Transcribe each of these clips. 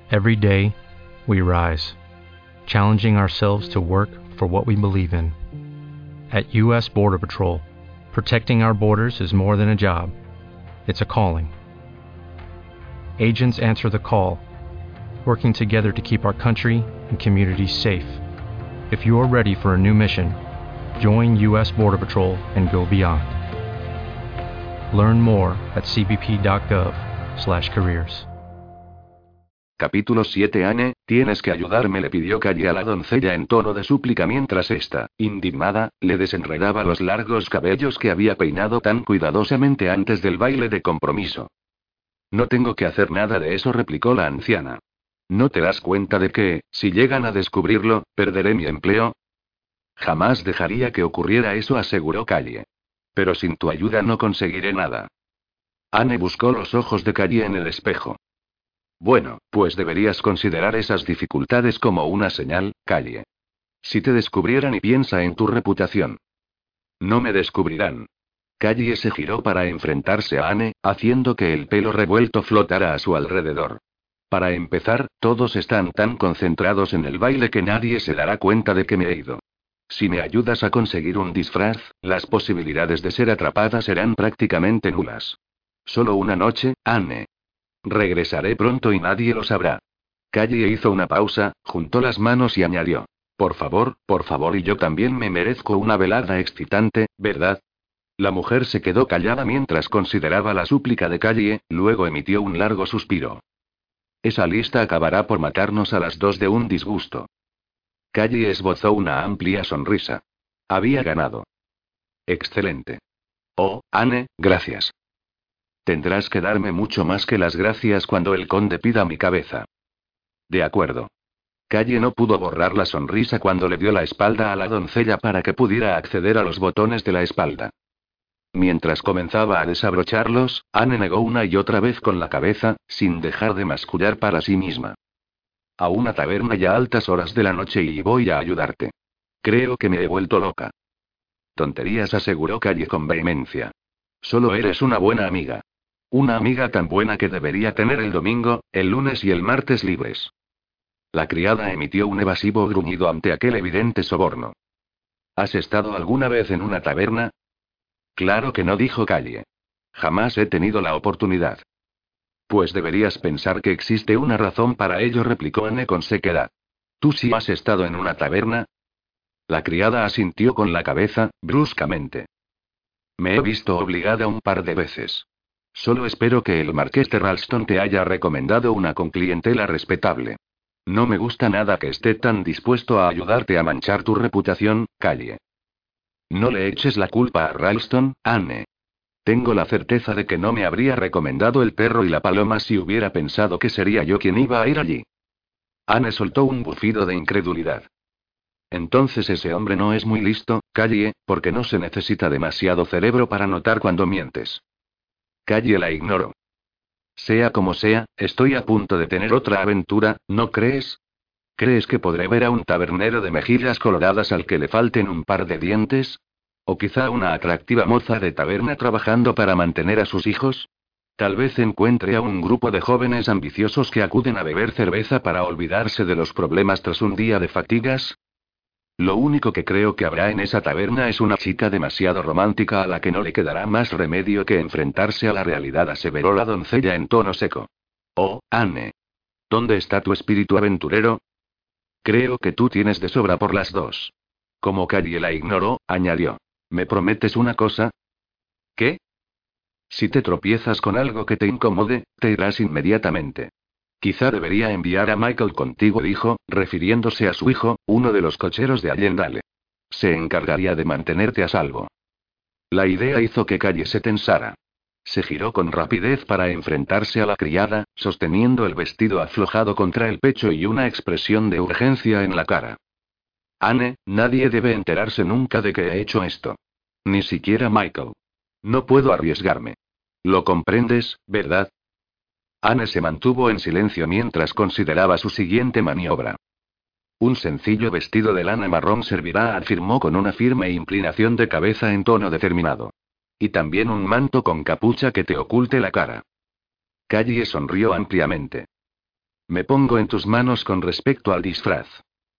Every day, we rise, challenging ourselves to work for what we believe in. At U.S. Border Patrol, protecting our borders is more than a job, it's a calling. Agents answer the call, working together to keep our country and communities safe. If you are ready for a new mission, join U.S. Border Patrol and go beyond. Learn more at cbp.gov/careers. Capítulo 7. Anne, tienes que ayudarme, le pidió Callie a la doncella en tono de súplica mientras ésta, indignada, le desenredaba los largos cabellos que había peinado tan cuidadosamente antes del baile de compromiso. No tengo que hacer nada de eso, replicó la anciana. ¿No te das cuenta de que, si llegan a descubrirlo, perderé mi empleo? Jamás dejaría que ocurriera eso, aseguró Callie. Pero sin tu ayuda no conseguiré nada. Anne buscó los ojos de Callie en el espejo. Bueno, pues deberías considerar esas dificultades como una señal, Callie. Si te descubrieran, y piensa en tu reputación. No me descubrirán. Callie se giró para enfrentarse a Anne, haciendo que el pelo revuelto flotara a su alrededor. Para empezar, todos están tan concentrados en el baile que nadie se dará cuenta de que me he ido. Si me ayudas a conseguir un disfraz, las posibilidades de ser atrapada serán prácticamente nulas. Solo una noche, Anne. Regresaré pronto y nadie lo sabrá. Callie hizo una pausa, juntó las manos y añadió. Por favor, y yo también me merezco una velada excitante, ¿verdad? La mujer se quedó callada mientras consideraba la súplica de Callie, luego emitió un largo suspiro. Esa lista acabará por matarnos a las dos de un disgusto. Callie esbozó una amplia sonrisa. Había ganado. Excelente. Oh, Anne, gracias. Tendrás que darme mucho más que las gracias cuando el conde pida mi cabeza. De acuerdo. Callie no pudo borrar la sonrisa cuando le dio la espalda a la doncella para que pudiera acceder a los botones de la espalda. Mientras comenzaba a desabrocharlos, Anne negó una y otra vez con la cabeza, sin dejar de mascullar para sí misma. A una taberna ya a altas horas de la noche y voy a ayudarte. Creo que me he vuelto loca. Tonterías, aseguró Callie con vehemencia. Solo eres una buena amiga. Una amiga tan buena que debería tener el domingo, el lunes y el martes libres. La criada emitió un evasivo gruñido ante aquel evidente soborno. ¿Has estado alguna vez en una taberna? Claro que no, dijo Callie. Jamás he tenido la oportunidad. Pues deberías pensar que existe una razón para ello, replicó Anne con sequedad. ¿Tú sí has estado en una taberna? La criada asintió con la cabeza, bruscamente. Me he visto obligada un par de veces. Solo espero que el marqués de Ralston te haya recomendado una con clientela respetable. No me gusta nada que esté tan dispuesto a ayudarte a manchar tu reputación, Callie. No le eches la culpa a Ralston, Anne. Tengo la certeza de que no me habría recomendado el perro y la paloma si hubiera pensado que sería yo quien iba a ir allí. Anne soltó un bufido de incredulidad. Entonces ese hombre no es muy listo, Callie, porque no se necesita demasiado cerebro para notar cuando mientes. Callie la ignoró. Sea como sea, estoy a punto de tener otra aventura, ¿no crees? ¿Crees que podré ver a un tabernero de mejillas coloradas al que le falten un par de dientes? ¿O quizá una atractiva moza de taberna trabajando para mantener a sus hijos? Tal vez encuentre a un grupo de jóvenes ambiciosos que acuden a beber cerveza para olvidarse de los problemas tras un día de fatigas. Lo único que creo que habrá en esa taberna es una chica demasiado romántica a la que no le quedará más remedio que enfrentarse a la realidad, aseveró la doncella en tono seco. Oh, Anne. ¿Dónde está tu espíritu aventurero? Creo que tú tienes de sobra por las dos. Como Callie la ignoró, añadió. ¿Me prometes una cosa? ¿Qué? Si te tropiezas con algo que te incomode, te irás inmediatamente. Quizá debería enviar a Michael contigo, dijo, refiriéndose a su hijo, uno de los cocheros de Allendale. Se encargaría de mantenerte a salvo. La idea hizo que Callie se tensara. Se giró con rapidez para enfrentarse a la criada, sosteniendo el vestido aflojado contra el pecho y una expresión de urgencia en la cara. Anne, nadie debe enterarse nunca de que he hecho esto. Ni siquiera Michael. No puedo arriesgarme. ¿Lo comprendes, verdad? Anne se mantuvo en silencio mientras consideraba su siguiente maniobra. Un sencillo vestido de lana marrón servirá, afirmó con una firme inclinación de cabeza en tono determinado. Y también un manto con capucha que te oculte la cara. Callie sonrió ampliamente. Me pongo en tus manos con respecto al disfraz.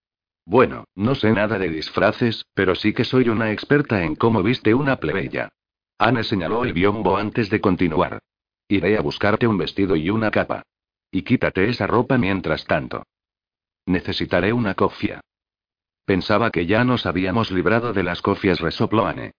Bueno, no sé nada de disfraces, pero sí que soy una experta en cómo viste una plebeya. Anne señaló el biombo antes de continuar. Iré a buscarte un vestido y una capa. Y quítate esa ropa mientras tanto. Necesitaré una cofia. Pensaba que ya nos habíamos librado de las cofias, resopló Anne.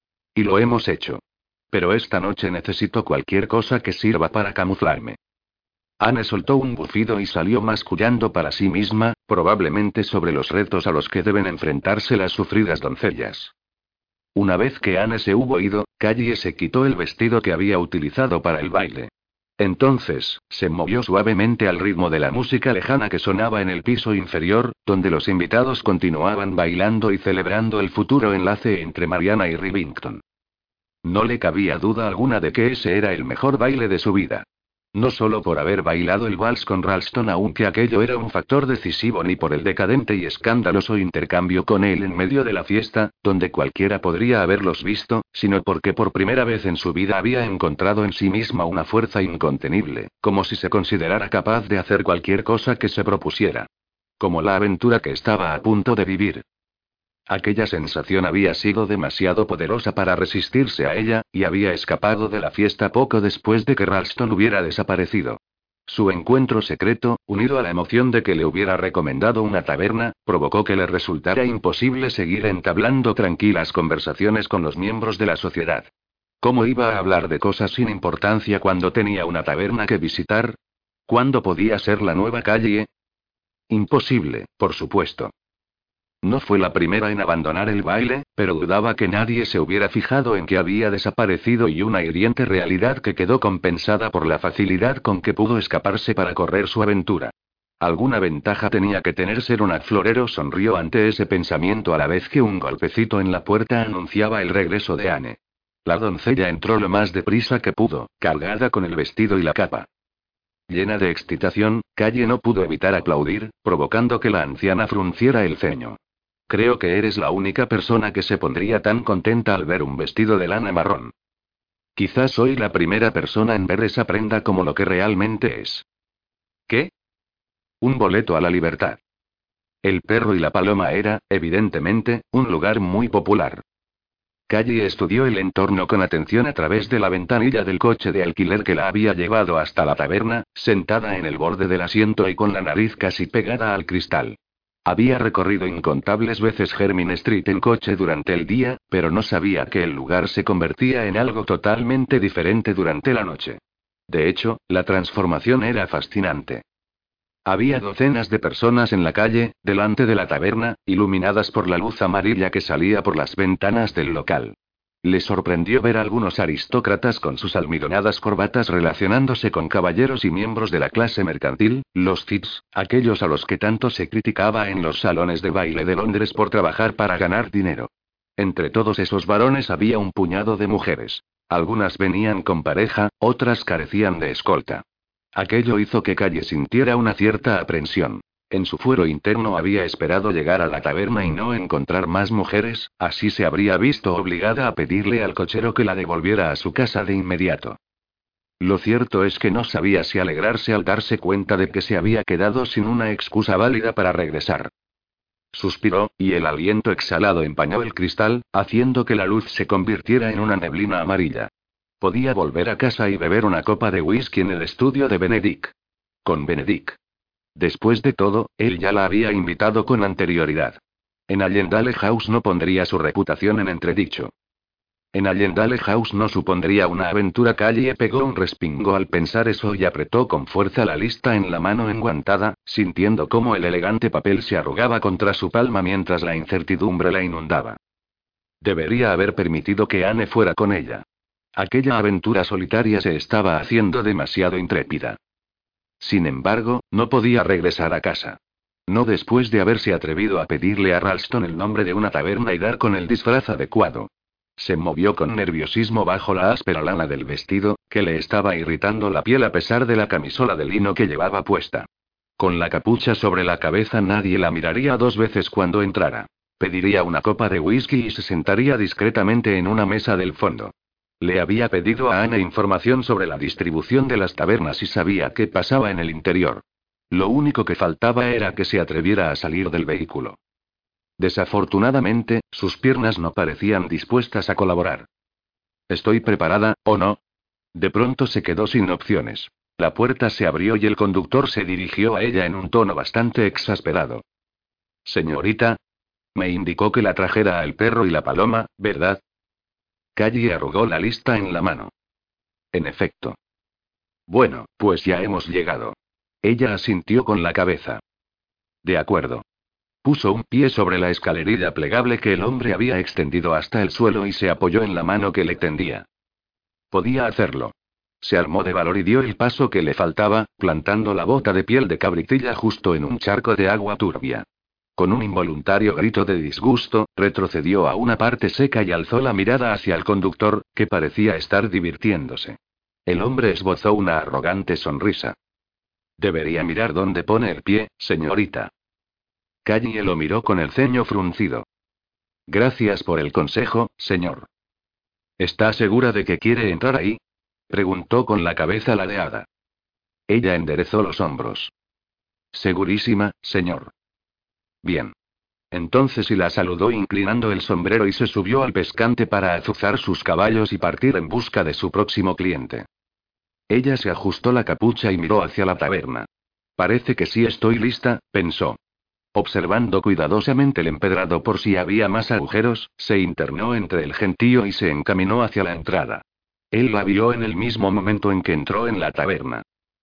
Y lo hemos hecho. Pero esta noche necesito cualquier cosa que sirva para camuflarme. Anne soltó un bufido y salió mascullando para sí misma, probablemente sobre los retos a los que deben enfrentarse las sufridas doncellas. Una vez que Anne se hubo ido, Callie se quitó el vestido que había utilizado para el baile. Entonces, se movió suavemente al ritmo de la música lejana que sonaba en el piso inferior, donde los invitados continuaban bailando y celebrando el futuro enlace entre Mariana y Rivington. No le cabía duda alguna de que ese era el mejor baile de su vida. No solo por haber bailado el vals con Ralston, aunque aquello era un factor decisivo, ni por el decadente y escandaloso intercambio con él en medio de la fiesta, donde cualquiera podría haberlos visto, sino porque por primera vez en su vida había encontrado en sí misma una fuerza incontenible, como si se considerara capaz de hacer cualquier cosa que se propusiera. Como la aventura que estaba a punto de vivir. Aquella sensación había sido demasiado poderosa para resistirse a ella, y había escapado de la fiesta poco después de que Ralston hubiera desaparecido. Su encuentro secreto, unido a la emoción de que le hubiera recomendado una taberna, provocó que le resultara imposible seguir entablando tranquilas conversaciones con los miembros de la sociedad. ¿Cómo iba a hablar de cosas sin importancia cuando tenía una taberna que visitar? ¿Cuándo podía ser la nueva calle? Imposible, por supuesto. No fue la primera en abandonar el baile, pero dudaba que nadie se hubiera fijado en que había desaparecido, y una hiriente realidad que quedó compensada por la facilidad con que pudo escaparse para correr su aventura. Alguna ventaja tenía que tener ser un florero, sonrió ante ese pensamiento a la vez que un golpecito en la puerta anunciaba el regreso de Anne. La doncella entró lo más deprisa que pudo, cargada con el vestido y la capa. Llena de excitación, Callie no pudo evitar aplaudir, provocando que la anciana frunciera el ceño. Creo que eres la única persona que se pondría tan contenta al ver un vestido de lana marrón. Quizás soy la primera persona en ver esa prenda como lo que realmente es. ¿Qué? Un boleto a la libertad. El Perro y la Paloma era, evidentemente, un lugar muy popular. Callie estudió el entorno con atención a través de la ventanilla del coche de alquiler que la había llevado hasta la taberna, sentada en el borde del asiento y con la nariz casi pegada al cristal. Había recorrido incontables veces Jermyn Street en coche durante el día, pero no sabía que el lugar se convertía en algo totalmente diferente durante la noche. De hecho, la transformación era fascinante. Había docenas de personas en la calle, delante de la taberna, iluminadas por la luz amarilla que salía por las ventanas del local. Le sorprendió ver a algunos aristócratas con sus almidonadas corbatas relacionándose con caballeros y miembros de la clase mercantil, los tips, aquellos a los que tanto se criticaba en los salones de baile de Londres por trabajar para ganar dinero. Entre todos esos varones había un puñado de mujeres. Algunas venían con pareja, otras carecían de escolta. Aquello hizo que Callie sintiera una cierta aprensión. En su fuero interno había esperado llegar a la taberna y no encontrar más mujeres, así se habría visto obligada a pedirle al cochero que la devolviera a su casa de inmediato. Lo cierto es que no sabía si alegrarse al darse cuenta de que se había quedado sin una excusa válida para regresar. Suspiró, y el aliento exhalado empañó el cristal, haciendo que la luz se convirtiera en una neblina amarilla. Podía volver a casa y beber una copa de whisky en el estudio de Benedict. Con Benedict. Después de todo, él ya la había invitado con anterioridad. En Allendale House no pondría su reputación en entredicho. En Allendale House no supondría una aventura. Callie pegó un respingo al pensar eso y apretó con fuerza la lista en la mano enguantada, sintiendo cómo el elegante papel se arrugaba contra su palma mientras la incertidumbre la inundaba. Debería haber permitido que Anne fuera con ella. Aquella aventura solitaria se estaba haciendo demasiado intrépida. Sin embargo, no podía regresar a casa. No después de haberse atrevido a pedirle a Ralston el nombre de una taberna y dar con el disfraz adecuado. Se movió con nerviosismo bajo la áspera lana del vestido, que le estaba irritando la piel a pesar de la camisola de lino que llevaba puesta. Con la capucha sobre la cabeza nadie la miraría dos veces cuando entrara. Pediría una copa de whisky y se sentaría discretamente en una mesa del fondo. Le había pedido a Anne información sobre la distribución de las tabernas y sabía qué pasaba en el interior. Lo único que faltaba era que se atreviera a salir del vehículo. Desafortunadamente, sus piernas no parecían dispuestas a colaborar. ¿Estoy preparada, o no? De pronto se quedó sin opciones. La puerta se abrió y el conductor se dirigió a ella en un tono bastante exasperado. Señorita. Me indicó que la trajera al perro y la paloma, ¿verdad? Callie arrugó la lista en la mano. En efecto. Bueno, pues ya hemos llegado. Ella asintió con la cabeza. De acuerdo. Puso un pie sobre la escalerilla plegable que el hombre había extendido hasta el suelo y se apoyó en la mano que le tendía. Podía hacerlo. Se armó de valor y dio el paso que le faltaba, plantando la bota de piel de cabritilla justo en un charco de agua turbia. Con un involuntario grito de disgusto, retrocedió a una parte seca y alzó la mirada hacia el conductor, que parecía estar divirtiéndose. El hombre esbozó una arrogante sonrisa. Debería mirar dónde pone el pie, señorita. Callie lo miró con el ceño fruncido. Gracias por el consejo, señor. ¿Está segura de que quiere entrar ahí? Preguntó con la cabeza ladeada. Ella enderezó los hombros. Segurísima, señor. Bien. Entonces y la saludó inclinando el sombrero y se subió al pescante para azuzar sus caballos y partir en busca de su próximo cliente. Ella se ajustó la capucha y miró hacia la taberna. Parece que sí estoy lista, pensó. Observando cuidadosamente el empedrado por si había más agujeros, se internó entre el gentío y se encaminó hacia la entrada. Él la vio en el mismo momento en que entró en la taberna.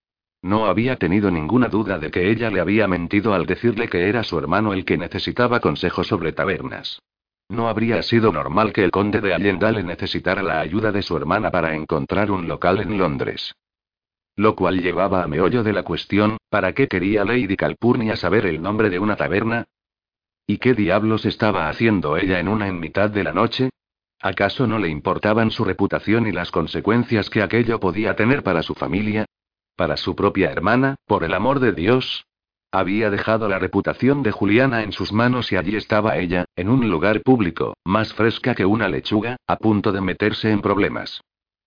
No había tenido ninguna duda de que ella le había mentido al decirle que era su hermano el que necesitaba consejo sobre tabernas. No habría sido normal que el conde de Allendale necesitara la ayuda de su hermana para encontrar un local en Londres. Lo cual llevaba a meollo de la cuestión, ¿para qué quería Lady Calpurnia saber el nombre de una taberna? ¿Y qué diablos estaba haciendo ella en mitad de la noche? ¿Acaso no le importaban su reputación y las consecuencias que aquello podía tener para su familia? ¿Para su propia hermana, por el amor de Dios? Había dejado la reputación de Juliana en sus manos y allí estaba ella, en un lugar público, más fresca que una lechuga, a punto de meterse en problemas.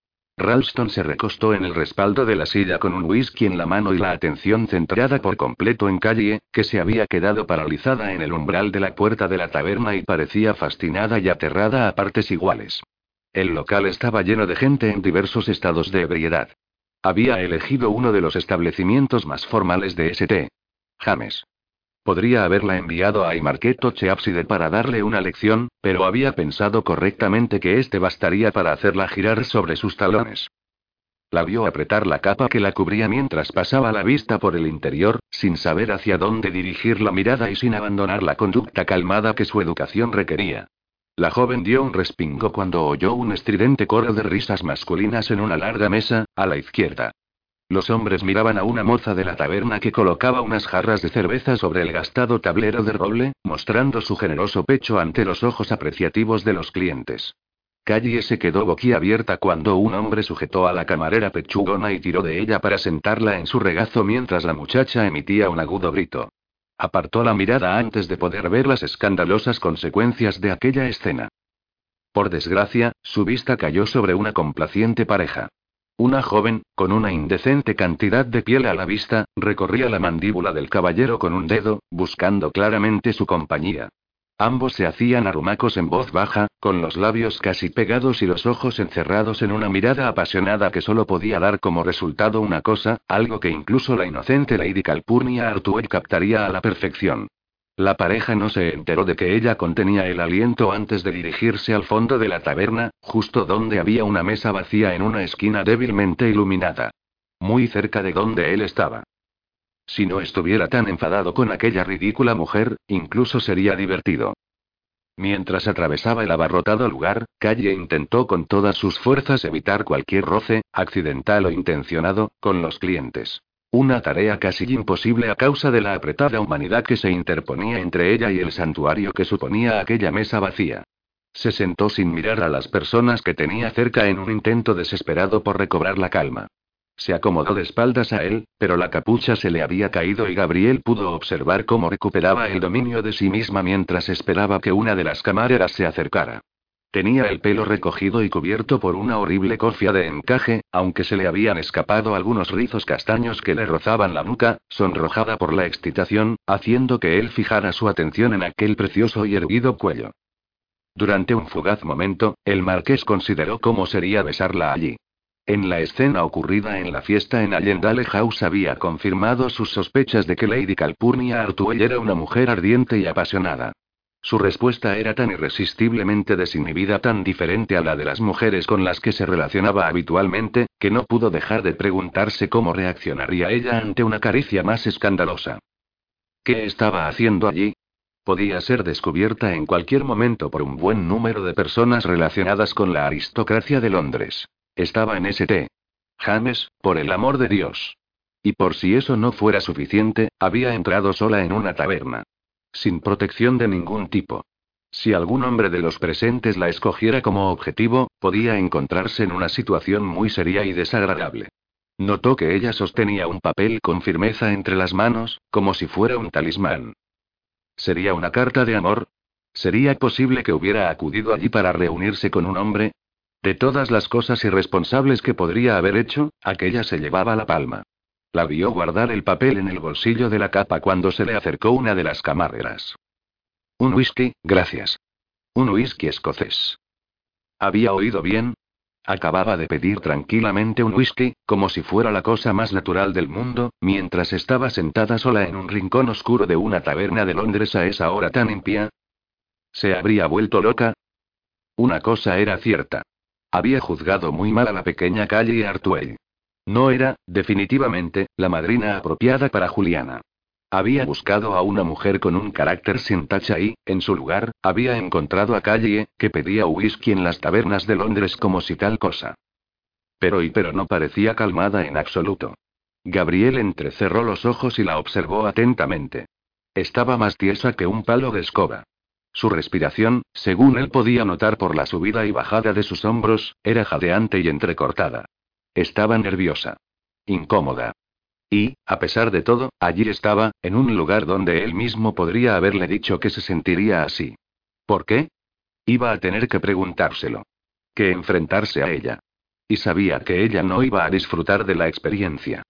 Ralston se recostó en el respaldo de la silla con un whisky en la mano y la atención centrada por completo en Callie, que se había quedado paralizada en el umbral de la puerta de la taberna y parecía fascinada y aterrada a partes iguales. El local estaba lleno de gente en diversos estados de ebriedad. Había elegido uno de los establecimientos más formales de St. James. Podría haberla enviado a Haymarket Cheapside para darle una lección, pero había pensado correctamente que este bastaría para hacerla girar sobre sus talones. La vio apretar la capa que la cubría mientras pasaba la vista por el interior, sin saber hacia dónde dirigir la mirada y sin abandonar la conducta calmada que su educación requería. La joven dio un respingo cuando oyó un estridente coro de risas masculinas en una larga mesa, a la izquierda. Los hombres miraban a una moza de la taberna que colocaba unas jarras de cerveza sobre el gastado tablero de roble, mostrando su generoso pecho ante los ojos apreciativos de los clientes. Callie se quedó boquiabierta cuando un hombre sujetó a la camarera pechugona y tiró de ella para sentarla en su regazo mientras la muchacha emitía un agudo grito. Apartó la mirada antes de poder ver las escandalosas consecuencias de aquella escena. Por desgracia, su vista cayó sobre una complaciente pareja. Una joven, con una indecente cantidad de piel a la vista, recorría la mandíbula del caballero con un dedo, buscando claramente su compañía. Ambos se hacían arrumacos en voz baja, con los labios casi pegados y los ojos encerrados en una mirada apasionada que solo podía dar como resultado una cosa, algo que incluso la inocente Lady Calpurnia Artuet captaría a la perfección. La pareja no se enteró de que ella contenía el aliento antes de dirigirse al fondo de la taberna, justo donde había una mesa vacía en una esquina débilmente iluminada. Muy cerca de donde él estaba. Si no estuviera tan enfadado con aquella ridícula mujer, incluso sería divertido. Mientras atravesaba el abarrotado lugar, Callie intentó con todas sus fuerzas evitar cualquier roce, accidental o intencionado, con los clientes. Una tarea casi imposible a causa de la apretada humanidad que se interponía entre ella y el santuario que suponía aquella mesa vacía. Se sentó sin mirar a las personas que tenía cerca en un intento desesperado por recobrar la calma. Se acomodó de espaldas a él, pero la capucha se le había caído y Gabriel pudo observar cómo recuperaba el dominio de sí misma mientras esperaba que una de las camareras se acercara. Tenía el pelo recogido y cubierto por una horrible cofia de encaje, aunque se le habían escapado algunos rizos castaños que le rozaban la nuca, sonrojada por la excitación, haciendo que él fijara su atención en aquel precioso y erguido cuello. Durante un fugaz momento, el marqués consideró cómo sería besarla allí. En la escena ocurrida en la fiesta en Allendale House había confirmado sus sospechas de que Lady Calpurnia Artuell era una mujer ardiente y apasionada. Su respuesta era tan irresistiblemente desinhibida, tan diferente a la de las mujeres con las que se relacionaba habitualmente, que no pudo dejar de preguntarse cómo reaccionaría ella ante una caricia más escandalosa. ¿Qué estaba haciendo allí? Podía ser descubierta en cualquier momento por un buen número de personas relacionadas con la aristocracia de Londres. Estaba en St. James, por el amor de Dios. Y por si eso no fuera suficiente, había entrado sola en una taberna. Sin protección de ningún tipo. Si algún hombre de los presentes la escogiera como objetivo, podía encontrarse en una situación muy seria y desagradable. Notó que ella sostenía un papel con firmeza entre las manos, como si fuera un talismán. ¿Sería una carta de amor? ¿Sería posible que hubiera acudido allí para reunirse con un hombre? De todas las cosas irresponsables que podría haber hecho, aquella se llevaba la palma. La vio guardar el papel en el bolsillo de la capa cuando se le acercó una de las camareras. Un whisky, gracias. Un whisky escocés. ¿Había oído bien? Acababa de pedir tranquilamente un whisky, como si fuera la cosa más natural del mundo, mientras estaba sentada sola en un rincón oscuro de una taberna de Londres a esa hora tan impía. ¿Se habría vuelto loca? Una cosa era cierta. Había juzgado muy mal a la pequeña Callie Artuell. No era, definitivamente, la madrina apropiada para Juliana. Había buscado a una mujer con un carácter sin tacha y, en su lugar, había encontrado a Callie, que pedía whisky en las tabernas de Londres como si tal cosa. Pero no parecía calmada en absoluto. Gabriel entrecerró los ojos y la observó atentamente. Estaba más tiesa que un palo de escoba. Su respiración, según él podía notar por la subida y bajada de sus hombros, era jadeante y entrecortada. Estaba nerviosa. Incómoda. Y, a pesar de todo, allí estaba, en un lugar donde él mismo podría haberle dicho que se sentiría así. ¿Por qué? Iba a tener que preguntárselo. Que enfrentarse a ella. Y sabía que ella no iba a disfrutar de la experiencia.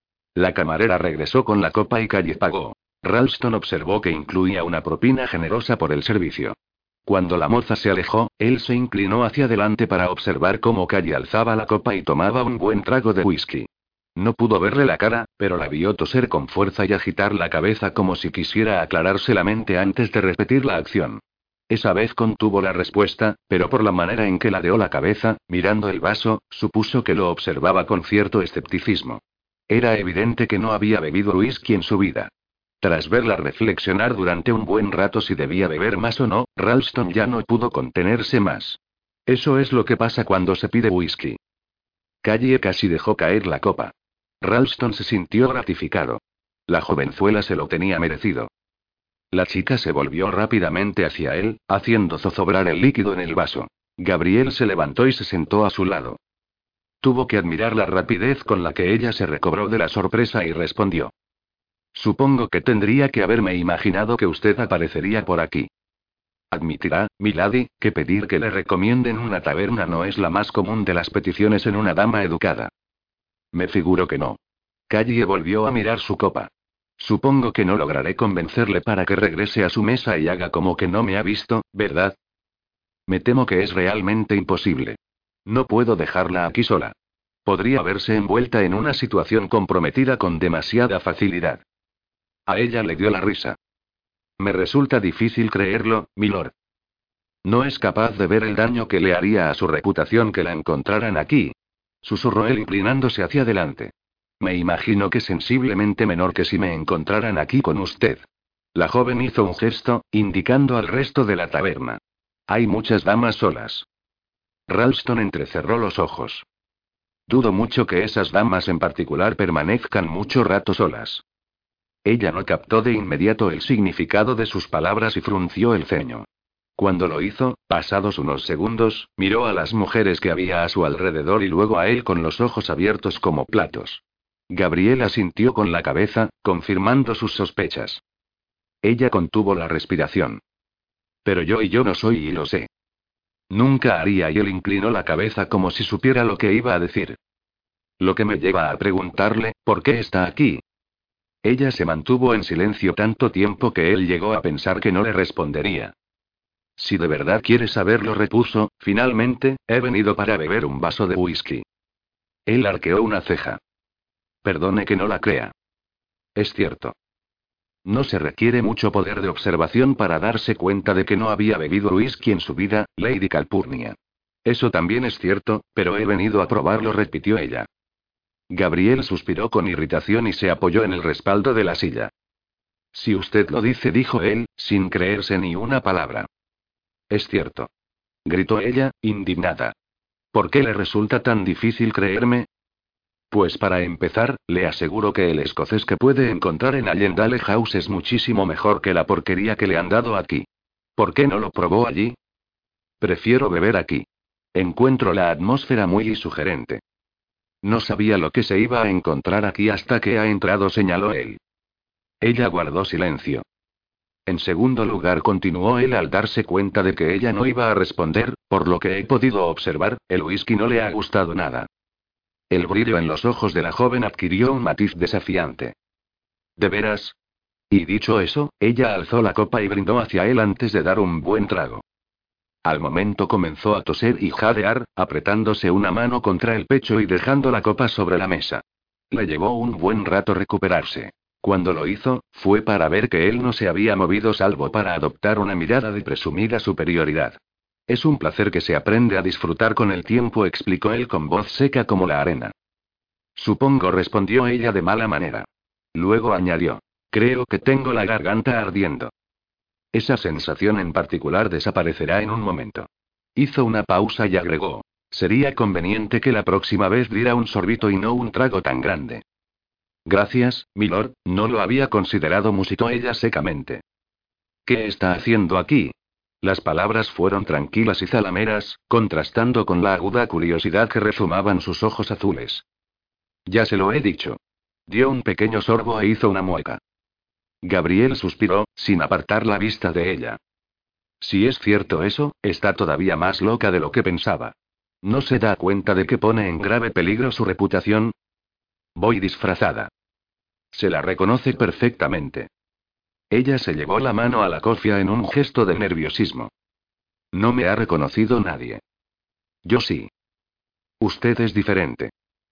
La camarera regresó con la copa y Callie pagó. Ralston observó que incluía una propina generosa por el servicio. Cuando la moza se alejó, él se inclinó hacia adelante para observar cómo Callie alzaba la copa y tomaba un buen trago de whisky. No pudo verle la cara, pero la vio toser con fuerza y agitar la cabeza como si quisiera aclararse la mente antes de repetir la acción. Esa vez contuvo la respuesta, pero por la manera en que ladeó la cabeza, mirando el vaso, supuso que lo observaba con cierto escepticismo. Era evidente que no había bebido whisky en su vida. Tras verla reflexionar durante un buen rato si debía beber más o no, Ralston ya no pudo contenerse más. Eso es lo que pasa cuando se pide whisky. Callie casi dejó caer la copa. Ralston se sintió gratificado. La jovenzuela se lo tenía merecido. La chica se volvió rápidamente hacia él, haciendo zozobrar el líquido en el vaso. Gabriel se levantó y se sentó a su lado. Tuvo que admirar la rapidez con la que ella se recobró de la sorpresa y respondió. Supongo que tendría que haberme imaginado que usted aparecería por aquí. Admitirá, milady, que pedir que le recomienden una taberna no es la más común de las peticiones en una dama educada. Me figuro que no. Callie volvió a mirar su copa. Supongo que no lograré convencerle para que regrese a su mesa y haga como que no me ha visto, ¿verdad? Me temo que es realmente imposible. No puedo dejarla aquí sola. Podría verse envuelta en una situación comprometida con demasiada facilidad. A ella le dio la risa. Me resulta difícil creerlo, milord. No es capaz de ver el daño que le haría a su reputación que la encontraran aquí. Susurró él inclinándose hacia adelante. Me imagino que sensiblemente menor que si me encontraran aquí con usted. La joven hizo un gesto, indicando al resto de la taberna. Hay muchas damas solas. Ralston entrecerró los ojos. Dudo mucho que esas damas en particular permanezcan mucho rato solas. Ella no captó de inmediato el significado de sus palabras y frunció el ceño. Cuando lo hizo, pasados unos segundos, miró a las mujeres que había a su alrededor y luego a él con los ojos abiertos como platos. Gabriel asintió con la cabeza, confirmando sus sospechas. Ella contuvo la respiración. Pero yo no soy y lo sé. Nunca haría, y él inclinó la cabeza como si supiera lo que iba a decir. Lo que me lleva a preguntarle, ¿por qué está aquí? Ella se mantuvo en silencio tanto tiempo que él llegó a pensar que no le respondería. Si de verdad quiere saberlo, repuso, finalmente, he venido para beber un vaso de whisky. Él arqueó una ceja. Perdone que no la crea. Es cierto. No se requiere mucho poder de observación para darse cuenta de que no había bebido whisky en su vida, Lady Calpurnia. Eso también es cierto, pero he venido a probarlo, repitió ella. Gabriel suspiró con irritación y se apoyó en el respaldo de la silla. Si usted lo dice, dijo él, sin creerse ni una palabra. Es cierto. Gritó ella, indignada. ¿Por qué le resulta tan difícil creerme? Pues para empezar, le aseguro que el escocés que puede encontrar en Allendale House es muchísimo mejor que la porquería que le han dado aquí. ¿Por qué no lo probó allí? Prefiero beber aquí. Encuentro la atmósfera muy sugerente. No sabía lo que se iba a encontrar aquí hasta que ha entrado, señaló él. Ella guardó silencio. En segundo lugar, continuó él al darse cuenta de que ella no iba a responder, por lo que he podido observar, el whisky no le ha gustado nada. El brillo en los ojos de la joven adquirió un matiz desafiante. ¿De veras? Y dicho eso, ella alzó la copa y brindó hacia él antes de dar un buen trago. Al momento comenzó a toser y jadear, apretándose una mano contra el pecho y dejando la copa sobre la mesa. Le llevó un buen rato recuperarse. Cuando lo hizo, fue para ver que él no se había movido salvo para adoptar una mirada de presumida superioridad. Es un placer que se aprende a disfrutar con el tiempo, explicó él con voz seca como la arena. Supongo, respondió ella de mala manera. Luego añadió. Creo que tengo la garganta ardiendo. Esa sensación en particular desaparecerá en un momento. Hizo una pausa y agregó. Sería conveniente que la próxima vez diera un sorbito y no un trago tan grande. Gracias, milord, no lo había considerado, musitó ella secamente. ¿Qué está haciendo aquí? Las palabras fueron tranquilas y zalameras, contrastando con la aguda curiosidad que rezumaban sus ojos azules. Ya se lo he dicho. Dio un pequeño sorbo e hizo una mueca. Gabriel suspiró, sin apartar la vista de ella. Si es cierto eso, está todavía más loca de lo que pensaba. ¿No se da cuenta de que pone en grave peligro su reputación? Voy disfrazada. Se la reconoce perfectamente. Ella se llevó la mano a la cofia en un gesto de nerviosismo. No me ha reconocido nadie. Yo sí. Usted es diferente.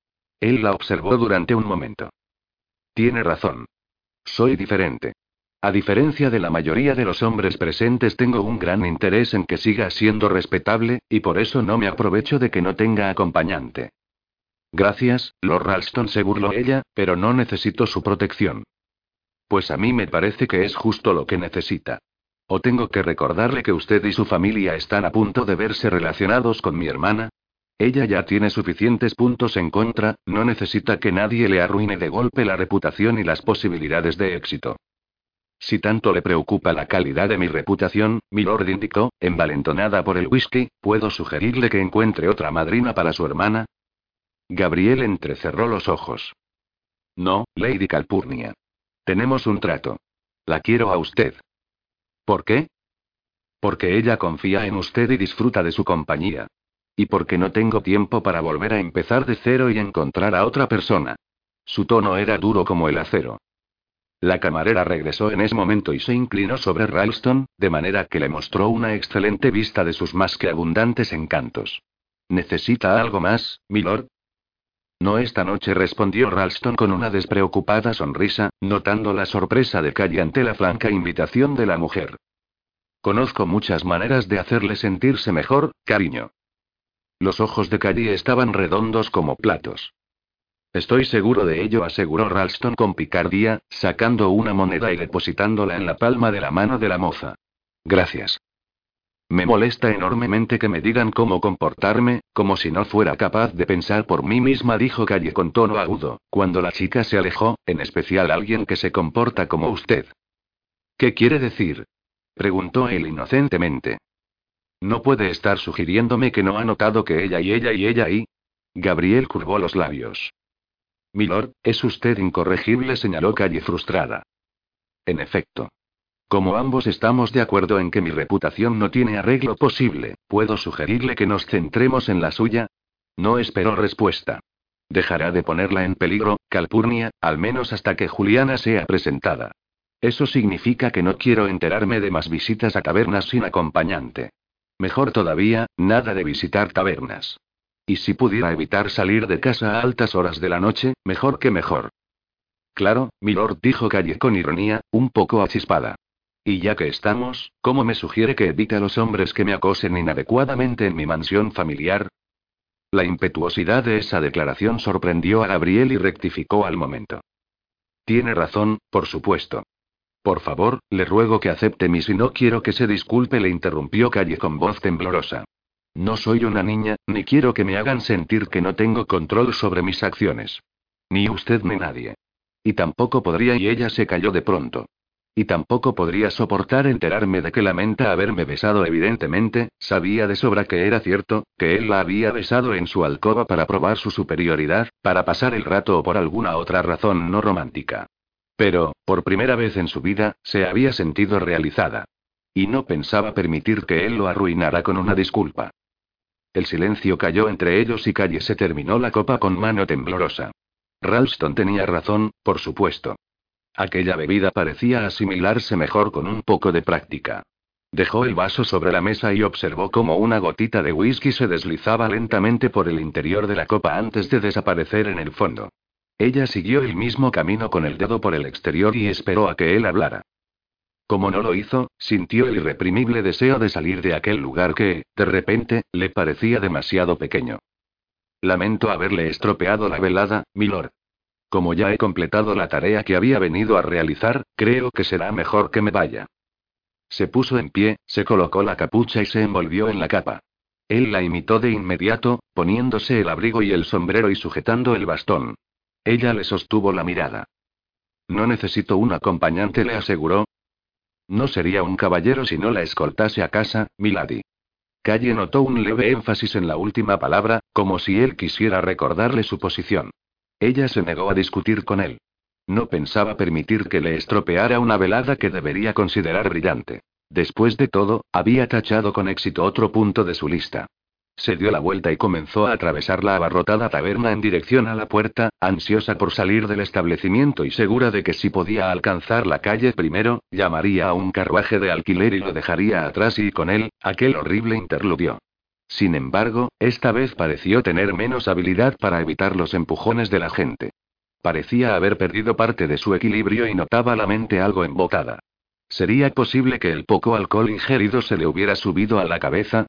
Él la observó durante un momento. Tiene razón. Soy diferente. A diferencia de la mayoría de los hombres presentes, tengo un gran interés en que siga siendo respetable, y por eso no me aprovecho de que no tenga acompañante. Gracias, Lord Ralston, se burló ella, pero no necesito su protección. Pues a mí me parece que es justo lo que necesita. ¿O tengo que recordarle que usted y su familia están a punto de verse relacionados con mi hermana? Ella ya tiene suficientes puntos en contra, no necesita que nadie le arruine de golpe la reputación y las posibilidades de éxito. Si tanto le preocupa la calidad de mi reputación, milord, indicó, envalentonada por el whisky, ¿puedo sugerirle que encuentre otra madrina para su hermana? Gabriel entrecerró los ojos. No, Lady Calpurnia. Tenemos un trato. La quiero a usted. ¿Por qué? Porque ella confía en usted y disfruta de su compañía. Y porque no tengo tiempo para volver a empezar de cero y encontrar a otra persona. Su tono era duro como el acero. La camarera regresó en ese momento y se inclinó sobre Ralston, de manera que le mostró una excelente vista de sus más que abundantes encantos. ¿Necesita algo más, milord? No esta noche, respondió Ralston con una despreocupada sonrisa, notando la sorpresa de Calle ante la franca invitación de la mujer. Conozco muchas maneras de hacerle sentirse mejor, cariño. Los ojos de Calle estaban redondos como platos. Estoy seguro de ello, aseguró Ralston con picardía, sacando una moneda y depositándola en la palma de la mano de la moza. Gracias. Me molesta enormemente que me digan cómo comportarme, como si no fuera capaz de pensar por mí misma, dijo Calle con tono agudo, cuando la chica se alejó, en especial alguien que se comporta como usted. ¿Qué quiere decir? Preguntó él inocentemente. No puede estar sugiriéndome que no ha notado que ella y... Gabriel curvó los labios. Milord, es usted incorregible, señaló Calle frustrada. En efecto. Como ambos estamos de acuerdo en que mi reputación no tiene arreglo posible, ¿puedo sugerirle que nos centremos en la suya? No esperó respuesta. Dejará de ponerla en peligro, Calpurnia, al menos hasta que Juliana sea presentada. Eso significa que no quiero enterarme de más visitas a tabernas sin acompañante. Mejor todavía, nada de visitar tabernas. Y si pudiera evitar salir de casa a altas horas de la noche, mejor que mejor. Claro, milord, dijo Calle con ironía, un poco achispada. Y ya que estamos, ¿cómo me sugiere que evite a los hombres que me acosen inadecuadamente en mi mansión familiar? La impetuosidad de esa declaración sorprendió a Gabriel y rectificó al momento. Tiene razón, por supuesto. Por favor, le ruego que acepte mi si no quiero que se disculpe, le interrumpió Calle con voz temblorosa. No soy una niña, ni quiero que me hagan sentir que no tengo control sobre mis acciones. Ni usted ni nadie. Y tampoco podría, y ella se calló de pronto. Y tampoco podría soportar enterarme de que lamenta haberme besado. Evidentemente, sabía de sobra que era cierto, que él la había besado en su alcoba para probar su superioridad, para pasar el rato o por alguna otra razón no romántica. Pero, por primera vez en su vida, se había sentido realizada. Y no pensaba permitir que él lo arruinara con una disculpa. El silencio cayó entre ellos y Calle se terminó la copa con mano temblorosa. Ralston tenía razón, por supuesto. Aquella bebida parecía asimilarse mejor con un poco de práctica. Dejó el vaso sobre la mesa y observó cómo una gotita de whisky se deslizaba lentamente por el interior de la copa antes de desaparecer en el fondo. Ella siguió el mismo camino con el dedo por el exterior y esperó a que él hablara. Como no lo hizo, sintió el irreprimible deseo de salir de aquel lugar que, de repente, le parecía demasiado pequeño. Lamento haberle estropeado la velada, milord. Como ya he completado la tarea que había venido a realizar, creo que será mejor que me vaya. Se puso en pie, se colocó la capucha y se envolvió en la capa. Él la imitó de inmediato, poniéndose el abrigo y el sombrero y sujetando el bastón. Ella le sostuvo la mirada. No necesito un acompañante, le aseguró. No sería un caballero si no la escoltase a casa, milady. Calle notó un leve énfasis en la última palabra, como si él quisiera recordarle su posición. Ella se negó a discutir con él. No pensaba permitir que le estropeara una velada que debería considerar brillante. Después de todo, había tachado con éxito otro punto de su lista. Se dio la vuelta y comenzó a atravesar la abarrotada taberna en dirección a la puerta, ansiosa por salir del establecimiento y segura de que si podía alcanzar la calle primero, llamaría a un carruaje de alquiler y lo dejaría atrás y con él, aquel horrible interludio. Sin embargo, esta vez pareció tener menos habilidad para evitar los empujones de la gente. Parecía haber perdido parte de su equilibrio y notaba la mente algo embocada. ¿Sería posible que el poco alcohol ingerido se le hubiera subido a la cabeza?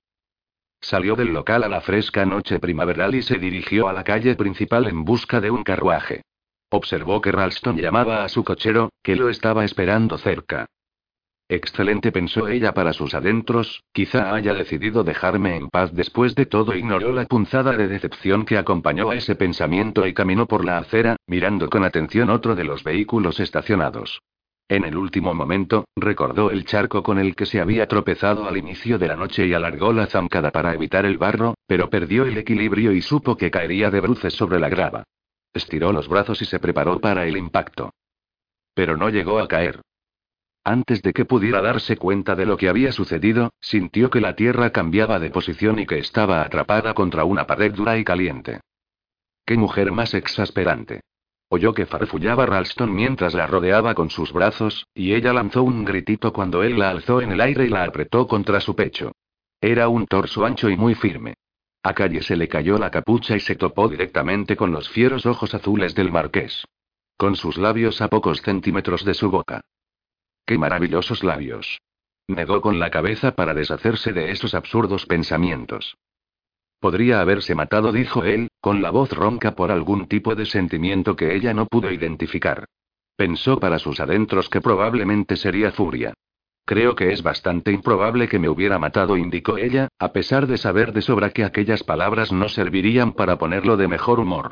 Salió del local a la fresca noche primaveral y se dirigió a la calle principal en busca de un carruaje. Observó que Ralston llamaba a su cochero, que lo estaba esperando cerca. Excelente, pensó ella para sus adentros, quizá haya decidido dejarme en paz después de todo. Ignoró la punzada de decepción que acompañó a ese pensamiento y caminó por la acera, mirando con atención otro de los vehículos estacionados. En el último momento, recordó el charco con el que se había tropezado al inicio de la noche y alargó la zancada para evitar el barro, pero perdió el equilibrio y supo que caería de bruces sobre la grava. Estiró los brazos y se preparó para el impacto. Pero no llegó a caer. Antes de que pudiera darse cuenta de lo que había sucedido, sintió que la tierra cambiaba de posición y que estaba atrapada contra una pared dura y caliente. ¡Qué mujer más exasperante! Oyó que farfullaba Ralston mientras la rodeaba con sus brazos, y ella lanzó un gritito cuando él la alzó en el aire y la apretó contra su pecho. Era un torso ancho y muy firme. A Calle se le cayó la capucha y se topó directamente con los fieros ojos azules del marqués. Con sus labios a pocos centímetros de su boca. ¡Qué maravillosos labios! Negó con la cabeza para deshacerse de esos absurdos pensamientos. Podría haberse matado, dijo él, con la voz ronca por algún tipo de sentimiento que ella no pudo identificar. Pensó para sus adentros que probablemente sería furia. Creo que es bastante improbable que me hubiera matado, indicó ella, a pesar de saber de sobra que aquellas palabras no servirían para ponerlo de mejor humor.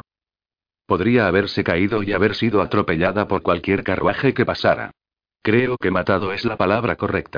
Podría haberse caído y haber sido atropellada por cualquier carruaje que pasara. Creo que matado es la palabra correcta.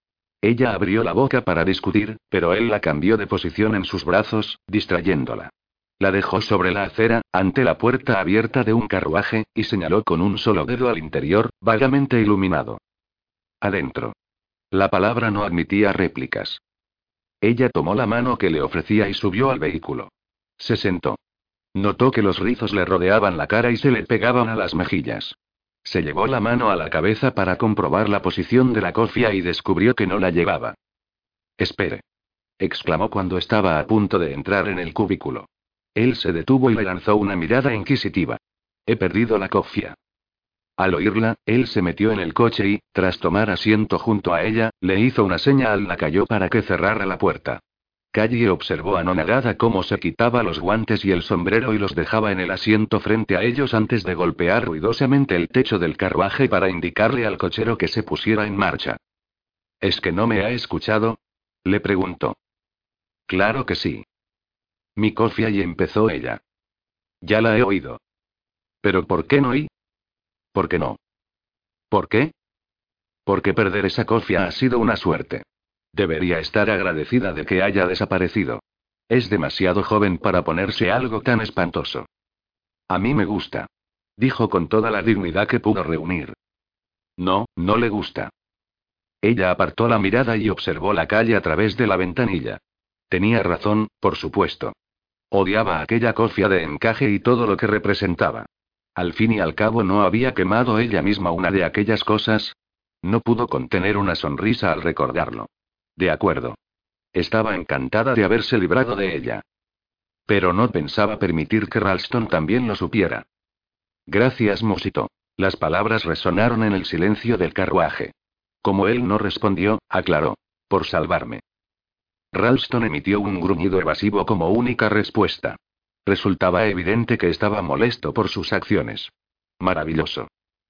Ella abrió la boca para discutir, pero él la cambió de posición en sus brazos, distrayéndola. La dejó sobre la acera, ante la puerta abierta de un carruaje, y señaló con un solo dedo al interior, vagamente iluminado. Adentro. La palabra no admitía réplicas. Ella tomó la mano que le ofrecía y subió al vehículo. Se sentó. Notó que los rizos le rodeaban la cara y se le pegaban a las mejillas. Se llevó la mano a la cabeza para comprobar la posición de la cofia y descubrió que no la llevaba. «Espere», exclamó cuando estaba a punto de entrar en el cubículo. Él se detuvo y le lanzó una mirada inquisitiva. «He perdido la cofia». Al oírla, él se metió en el coche y, tras tomar asiento junto a ella, le hizo una seña al lacayo para que cerrara la puerta. Callie observó anonadada cómo se quitaba los guantes y el sombrero y los dejaba en el asiento frente a ellos antes de golpear ruidosamente el techo del carruaje para indicarle al cochero que se pusiera en marcha. ¿Es que no me ha escuchado?, le preguntó. Claro que sí. Mi cofia, y empezó ella. Ya la he oído. ¿Pero por qué no? ¿Por qué no? ¿Por qué? Porque perder esa cofia ha sido una suerte. Debería estar agradecida de que haya desaparecido. Es demasiado joven para ponerse algo tan espantoso. A mí me gusta. Dijo con toda la dignidad que pudo reunir. No, no le gusta. Ella apartó la mirada y observó la calle a través de la ventanilla. Tenía razón, por supuesto. Odiaba aquella cofia de encaje y todo lo que representaba. Al fin y al cabo no había quemado ella misma una de aquellas cosas. No pudo contener una sonrisa al recordarlo. De acuerdo. Estaba encantada de haberse librado de ella. Pero no pensaba permitir que Ralston también lo supiera. Gracias, musitó. Las palabras resonaron en el silencio del carruaje. Como él no respondió, aclaró. Por salvarme. Ralston emitió un gruñido evasivo como única respuesta. Resultaba evidente que estaba molesto por sus acciones. Maravilloso.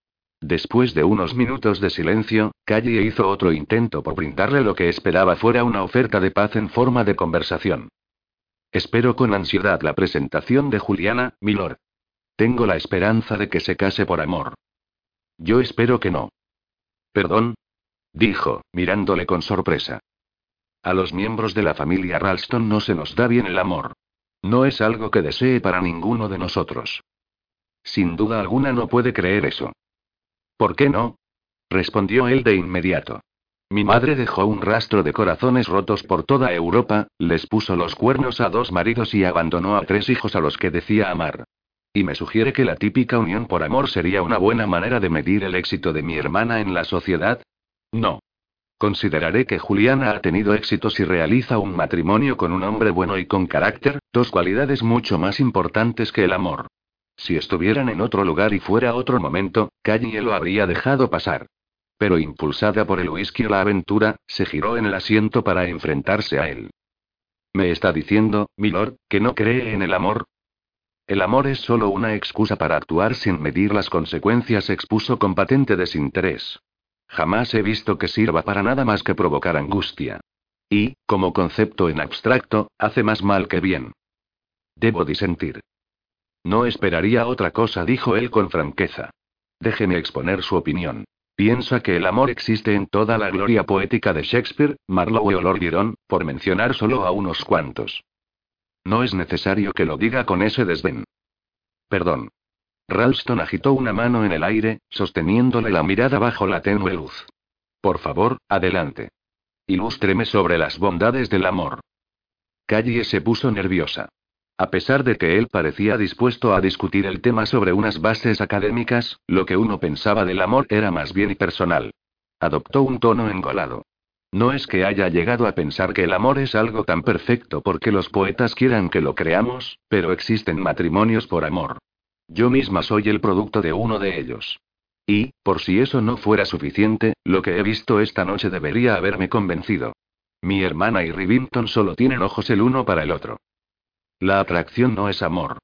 Después de unos minutos de silencio, Callie hizo otro intento por brindarle lo que esperaba fuera una oferta de paz en forma de conversación. Espero con ansiedad la presentación de Juliana, milord. Tengo la esperanza de que se case por amor. Yo espero que no. ¿Perdón?, dijo, mirándole con sorpresa. A los miembros de la familia Ralston no se nos da bien el amor. No es algo que desee para ninguno de nosotros. Sin duda alguna no puede creer eso. ¿Por qué no?, respondió él de inmediato. Mi madre dejó un rastro de corazones rotos por toda Europa, les puso los cuernos a 2 maridos y abandonó a 3 hijos a los que decía amar. Y me sugiere que la típica unión por amor sería una buena manera de medir el éxito de mi hermana en la sociedad. No. Consideraré que Juliana ha tenido éxito si realiza un matrimonio con un hombre bueno y con carácter, 2 cualidades mucho más importantes que el amor. Si estuvieran en otro lugar y fuera otro momento, Callie lo habría dejado pasar. Pero impulsada por el whisky o la aventura, se giró en el asiento para enfrentarse a él. ¿Me está diciendo, milord, que no cree en el amor? El amor es solo una excusa para actuar sin medir las consecuencias, expuso con patente desinterés. Jamás he visto que sirva para nada más que provocar angustia. Y, como concepto en abstracto, hace más mal que bien. Debo disentir. No esperaría otra cosa, dijo él con franqueza. Déjeme exponer su opinión. Piensa que el amor existe en toda la gloria poética de Shakespeare, Marlowe o Lord Byron, por mencionar solo a unos cuantos. No es necesario que lo diga con ese desdén. Perdón. Ralston agitó una mano en el aire, sosteniéndole la mirada bajo la tenue luz. Por favor, adelante. Ilústreme sobre las bondades del amor. Callie se puso nerviosa. A pesar de que él parecía dispuesto a discutir el tema sobre unas bases académicas, lo que uno pensaba del amor era más bien impersonal. Adoptó un tono engolado. No es que haya llegado a pensar que el amor es algo tan perfecto porque los poetas quieran que lo creamos, pero existen matrimonios por amor. Yo misma soy el producto de uno de ellos. Y, por si eso no fuera suficiente, lo que he visto esta noche debería haberme convencido. Mi hermana y Rivington solo tienen ojos el uno para el otro. La atracción no es amor.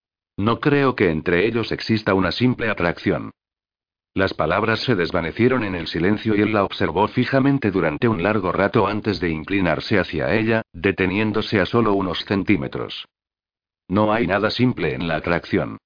No creo que entre ellos exista una simple atracción. Las palabras se desvanecieron en el silencio y él la observó fijamente durante un largo rato antes de inclinarse hacia ella, deteniéndose a solo unos centímetros. No hay nada simple en la atracción.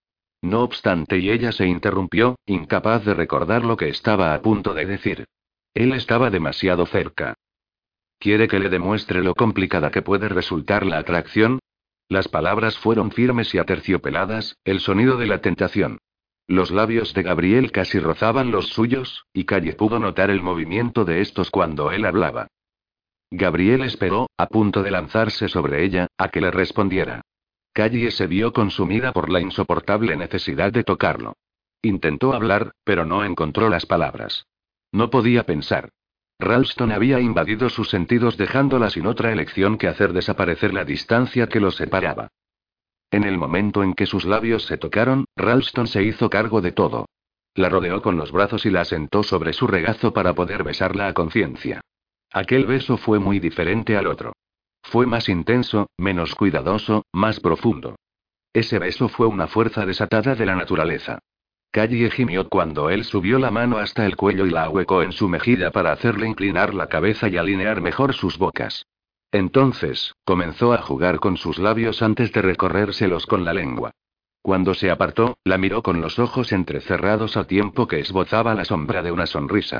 No obstante, y ella se interrumpió, incapaz de recordar lo que estaba a punto de decir. Él estaba demasiado cerca. ¿Quiere que le demuestre lo complicada que puede resultar la atracción? Las palabras fueron firmes y aterciopeladas, el sonido de la tentación. Los labios de Gabriel casi rozaban los suyos, y Calle pudo notar el movimiento de estos cuando él hablaba. Gabriel esperó, a punto de lanzarse sobre ella, a que le respondiera. Calle se vio consumida por la insoportable necesidad de tocarlo. Intentó hablar, pero no encontró las palabras. No podía pensar. Ralston había invadido sus sentidos dejándola sin otra elección que hacer desaparecer la distancia que los separaba. En el momento en que sus labios se tocaron, Ralston se hizo cargo de todo. La rodeó con los brazos y la sentó sobre su regazo para poder besarla a conciencia. Aquel beso fue muy diferente al otro. Fue más intenso, menos cuidadoso, más profundo. Ese beso fue una fuerza desatada de la naturaleza. Calle gimió cuando él subió la mano hasta el cuello y la ahuecó en su mejilla para hacerle inclinar la cabeza y alinear mejor sus bocas. Entonces, comenzó a jugar con sus labios antes de recorrérselos con la lengua. Cuando se apartó, la miró con los ojos entrecerrados al tiempo que esbozaba la sombra de una sonrisa.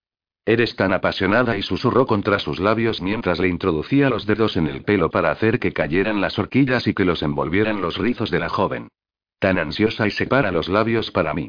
Eres tan apasionada, y susurró contra sus labios mientras le introducía los dedos en el pelo para hacer que cayeran las horquillas y que los envolvieran los rizos de la joven. Tan ansiosa y separa los labios para mí.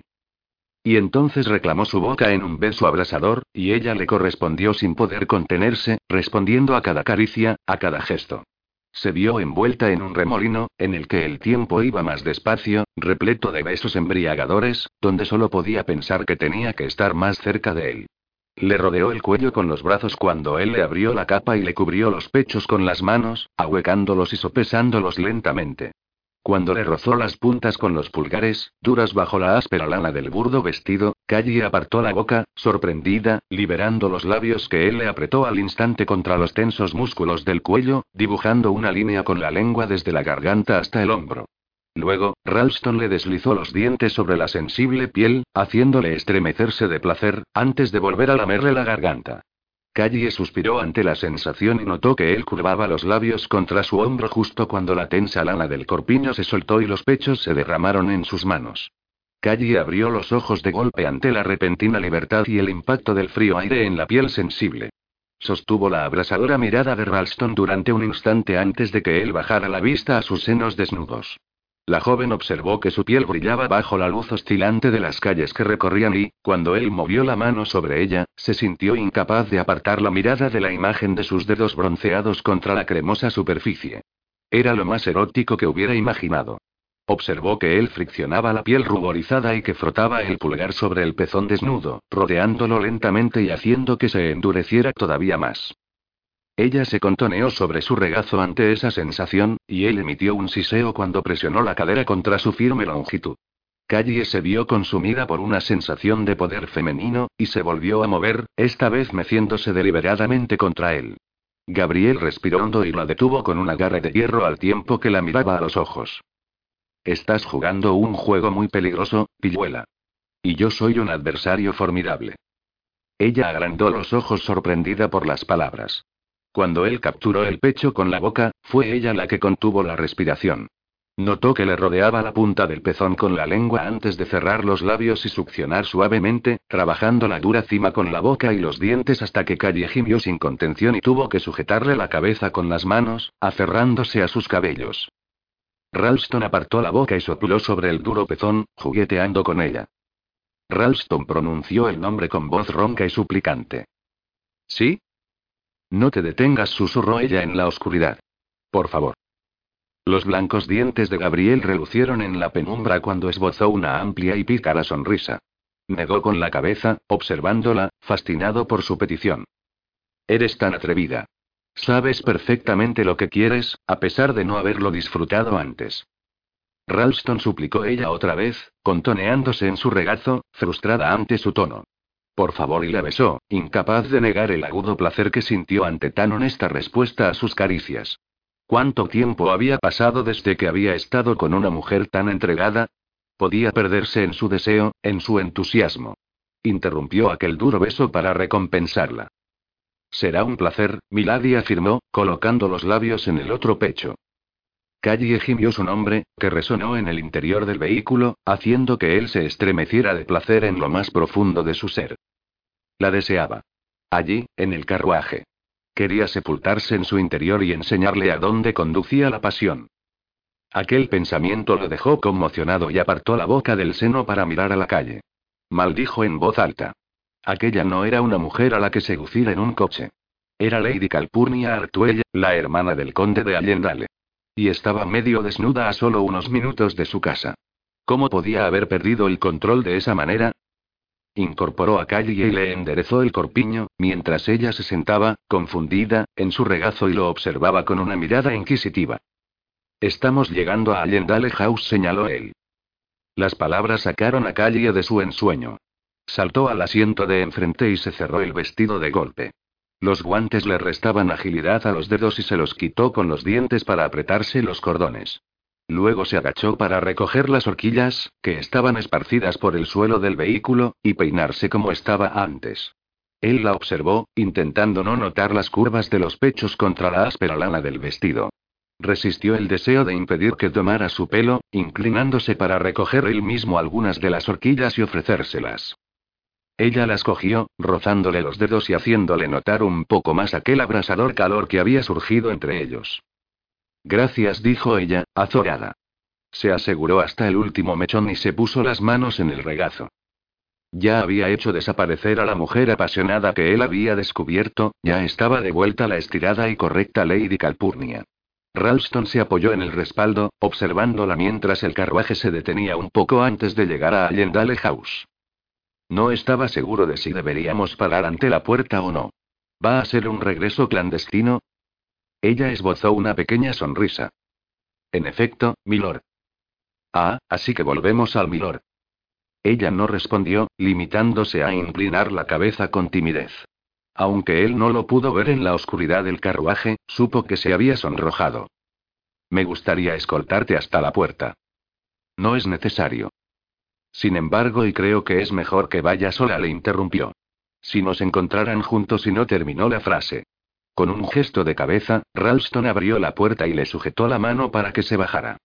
Y entonces reclamó su boca en un beso abrasador, y ella le correspondió sin poder contenerse, respondiendo a cada caricia, a cada gesto. Se vio envuelta en un remolino, en el que el tiempo iba más despacio, repleto de besos embriagadores, donde solo podía pensar que tenía que estar más cerca de él. Le rodeó el cuello con los brazos cuando él le abrió la capa y le cubrió los pechos con las manos, ahuecándolos y sopesándolos lentamente. Cuando le rozó las puntas con los pulgares, duras bajo la áspera lana del burdo vestido, Calle apartó la boca, sorprendida, liberando los labios que él le apretó al instante contra los tensos músculos del cuello, dibujando una línea con la lengua desde la garganta hasta el hombro. Luego, Ralston le deslizó los dientes sobre la sensible piel, haciéndole estremecerse de placer, antes de volver a lamerle la garganta. Calle suspiró ante la sensación y notó que él curvaba los labios contra su hombro justo cuando la tensa lana del corpiño se soltó y los pechos se derramaron en sus manos. Calle abrió los ojos de golpe ante la repentina libertad y el impacto del frío aire en la piel sensible. Sostuvo la abrasadora mirada de Ralston durante un instante antes de que él bajara la vista a sus senos desnudos. La joven observó que su piel brillaba bajo la luz oscilante de las calles que recorrían y, cuando él movió la mano sobre ella, se sintió incapaz de apartar la mirada de la imagen de sus dedos bronceados contra la cremosa superficie. Era lo más erótico que hubiera imaginado. Observó que él friccionaba la piel ruborizada y que frotaba el pulgar sobre el pezón desnudo, rodeándolo lentamente y haciendo que se endureciera todavía más. Ella se contoneó sobre su regazo ante esa sensación, y él emitió un siseo cuando presionó la cadera contra su firme longitud. Calle se vio consumida por una sensación de poder femenino, y se volvió a mover, esta vez meciéndose deliberadamente contra él. Gabriel respiró hondo y la detuvo con un agarre de hierro al tiempo que la miraba a los ojos. Estás jugando un juego muy peligroso, pilluela. Y yo soy un adversario formidable. Ella agrandó los ojos sorprendida por las palabras. Cuando él capturó el pecho con la boca, fue ella la que contuvo la respiración. Notó que le rodeaba la punta del pezón con la lengua antes de cerrar los labios y succionar suavemente, trabajando la dura cima con la boca y los dientes hasta que Calle gimió sin contención y tuvo que sujetarle la cabeza con las manos, aferrándose a sus cabellos. Ralston apartó la boca y sopló sobre el duro pezón, jugueteando con ella. Ralston pronunció el nombre con voz ronca y suplicante. ¿Sí? No te detengas, susurró ella en la oscuridad. Por favor. Los blancos dientes de Gabriel relucieron en la penumbra cuando esbozó una amplia y pícara sonrisa. Negó con la cabeza, observándola, fascinado por su petición. Eres tan atrevida. Sabes perfectamente lo que quieres, a pesar de no haberlo disfrutado antes. Ralston, suplicó ella otra vez, contoneándose en su regazo, frustrada ante su tono. Por favor, y la besó, incapaz de negar el agudo placer que sintió ante tan honesta respuesta a sus caricias. ¿Cuánto tiempo había pasado desde que había estado con una mujer tan entregada? Podía perderse en su deseo, en su entusiasmo. Interrumpió aquel duro beso para recompensarla. Será un placer, Milady afirmó, colocando los labios en el otro pecho. Calle gimió su nombre, que resonó en el interior del vehículo, haciendo que él se estremeciera de placer en lo más profundo de su ser. La deseaba. Allí, en el carruaje. Quería sepultarse en su interior y enseñarle a dónde conducía la pasión. Aquel pensamiento lo dejó conmocionado y apartó la boca del seno para mirar a la calle. Maldijo en voz alta. Aquella no era una mujer a la que seducir en un coche. Era Lady Calpurnia Artuella, la hermana del conde de Allendale. Y estaba medio desnuda a solo unos minutos de su casa. ¿Cómo podía haber perdido el control de esa manera? Incorporó a Callie y le enderezó el corpiño, mientras ella se sentaba, confundida, en su regazo y lo observaba con una mirada inquisitiva. Estamos llegando a Allendale House, señaló él. Las palabras sacaron a Callie de su ensueño. Saltó al asiento de enfrente y se cerró el vestido de golpe. Los guantes le restaban agilidad a los dedos y se los quitó con los dientes para apretarse los cordones. Luego se agachó para recoger las horquillas, que estaban esparcidas por el suelo del vehículo, y peinarse como estaba antes. Él la observó, intentando no notar las curvas de los pechos contra la áspera lana del vestido. Resistió el deseo de impedir que tomara su pelo, inclinándose para recoger él mismo algunas de las horquillas y ofrecérselas. Ella las cogió, rozándole los dedos y haciéndole notar un poco más aquel abrasador calor que había surgido entre ellos. Gracias, dijo ella, azorada. Se aseguró hasta el último mechón y se puso las manos en el regazo. Ya había hecho desaparecer a la mujer apasionada que él había descubierto, ya estaba de vuelta la estirada y correcta Lady Calpurnia. Ralston se apoyó en el respaldo, observándola mientras el carruaje se detenía un poco antes de llegar a Allendale House. No estaba seguro de si deberíamos parar ante la puerta o no. ¿Va a ser un regreso clandestino? Ella esbozó una pequeña sonrisa. En efecto, milord. Ah, así que volvemos al milord. Ella no respondió, limitándose a inclinar la cabeza con timidez. Aunque él no lo pudo ver en la oscuridad del carruaje, supo que se había sonrojado. Me gustaría escoltarte hasta la puerta. No es necesario. Sin embargo, y creo que es mejor que vaya sola, le interrumpió. Si nos encontraran juntos, y no terminó la frase. Con un gesto de cabeza, Ralston abrió la puerta y le sujetó la mano para que se bajara.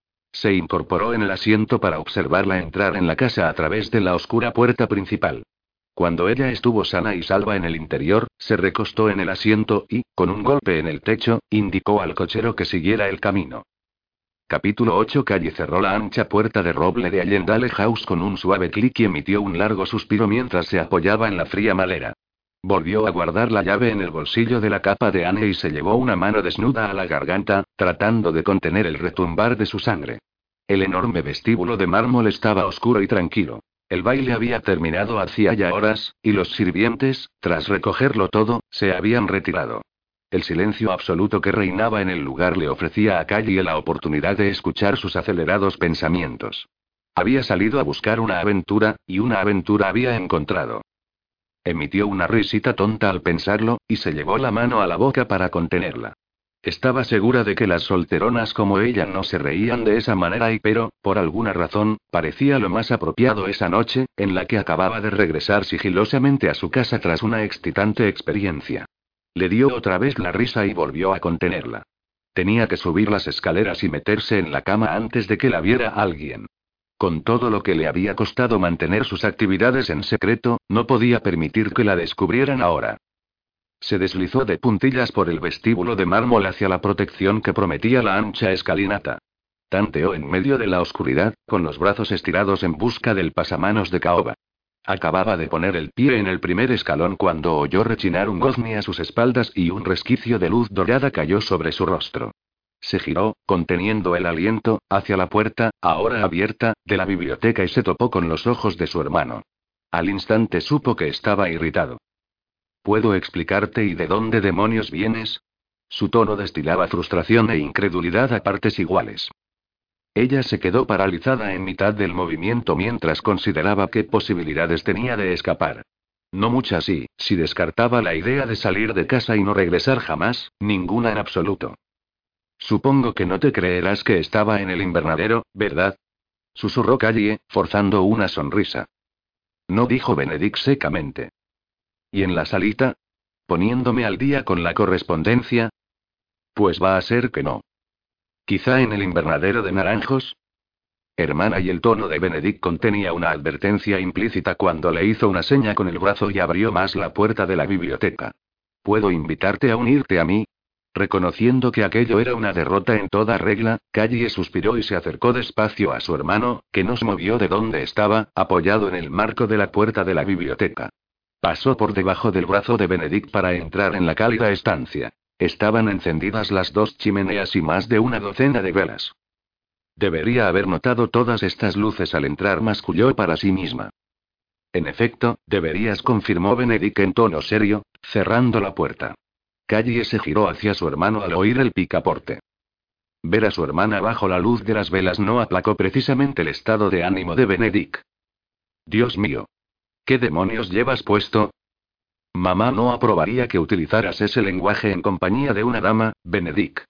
Se incorporó en el asiento para observarla entrar en la casa a través de la oscura puerta principal. Cuando ella estuvo sana y salva en el interior, se recostó en el asiento y, con un golpe en el techo, indicó al cochero que siguiera el camino. Capítulo 8. Callie cerró la ancha puerta de roble de Allendale House con un suave clic y emitió un largo suspiro mientras se apoyaba en la fría madera. Volvió a guardar la llave en el bolsillo de la capa de Anne y se llevó una mano desnuda a la garganta, tratando de contener el retumbar de su sangre. El enorme vestíbulo de mármol estaba oscuro y tranquilo. El baile había terminado hacía ya horas, y los sirvientes, tras recogerlo todo, se habían retirado. El silencio absoluto que reinaba en el lugar le ofrecía a Callie la oportunidad de escuchar sus acelerados pensamientos. Había salido a buscar una aventura, y una aventura había encontrado. Emitió una risita tonta al pensarlo, y se llevó la mano a la boca para contenerla. Estaba segura de que las solteronas como ella no se reían de esa manera pero, por alguna razón, parecía lo más apropiado esa noche, en la que acababa de regresar sigilosamente a su casa tras una excitante experiencia. Le dio otra vez la risa y volvió a contenerla. Tenía que subir las escaleras y meterse en la cama antes de que la viera alguien. Con todo lo que le había costado mantener sus actividades en secreto, no podía permitir que la descubrieran ahora. Se deslizó de puntillas por el vestíbulo de mármol hacia la protección que prometía la ancha escalinata. Tanteó en medio de la oscuridad, con los brazos estirados en busca del pasamanos de caoba. Acababa de poner el pie en el primer escalón cuando oyó rechinar un gozne a sus espaldas y un resquicio de luz dorada cayó sobre su rostro. Se giró, conteniendo el aliento, hacia la puerta, ahora abierta, de la biblioteca y se topó con los ojos de su hermano. Al instante supo que estaba irritado. ¿Puedo explicarte y de dónde demonios vienes? Su tono destilaba frustración e incredulidad a partes iguales. Ella se quedó paralizada en mitad del movimiento mientras consideraba qué posibilidades tenía de escapar. No muchas y, si descartaba la idea de salir de casa y no regresar jamás, ninguna en absoluto. Supongo que no te creerás que estaba en el invernadero, ¿verdad? Susurró Callie, forzando una sonrisa. No, dijo Benedict secamente. ¿Y en la salita? ¿Poniéndome al día con la correspondencia? Pues va a ser que no. ¿Quizá en el invernadero de naranjos? Hermana, y el tono de Benedict contenía una advertencia implícita cuando le hizo una seña con el brazo y abrió más la puerta de la biblioteca. ¿Puedo invitarte a unirte a mí? Reconociendo que aquello era una derrota en toda regla, Callie suspiró y se acercó despacio a su hermano, que no se movió de donde estaba, apoyado en el marco de la puerta de la biblioteca. Pasó por debajo del brazo de Benedict para entrar en la cálida estancia. Estaban encendidas las 2 chimeneas y más de una docena de velas. Debería haber notado todas estas luces al entrar, masculló para sí misma. En efecto, deberías, confirmó Benedict en tono serio, cerrando la puerta. Callie se giró hacia su hermano al oír el picaporte. Ver a su hermana bajo la luz de las velas no aplacó precisamente el estado de ánimo de Benedict. Dios mío. ¿Qué demonios llevas puesto? Mamá no aprobaría que utilizaras ese lenguaje en compañía de una dama, Benedict.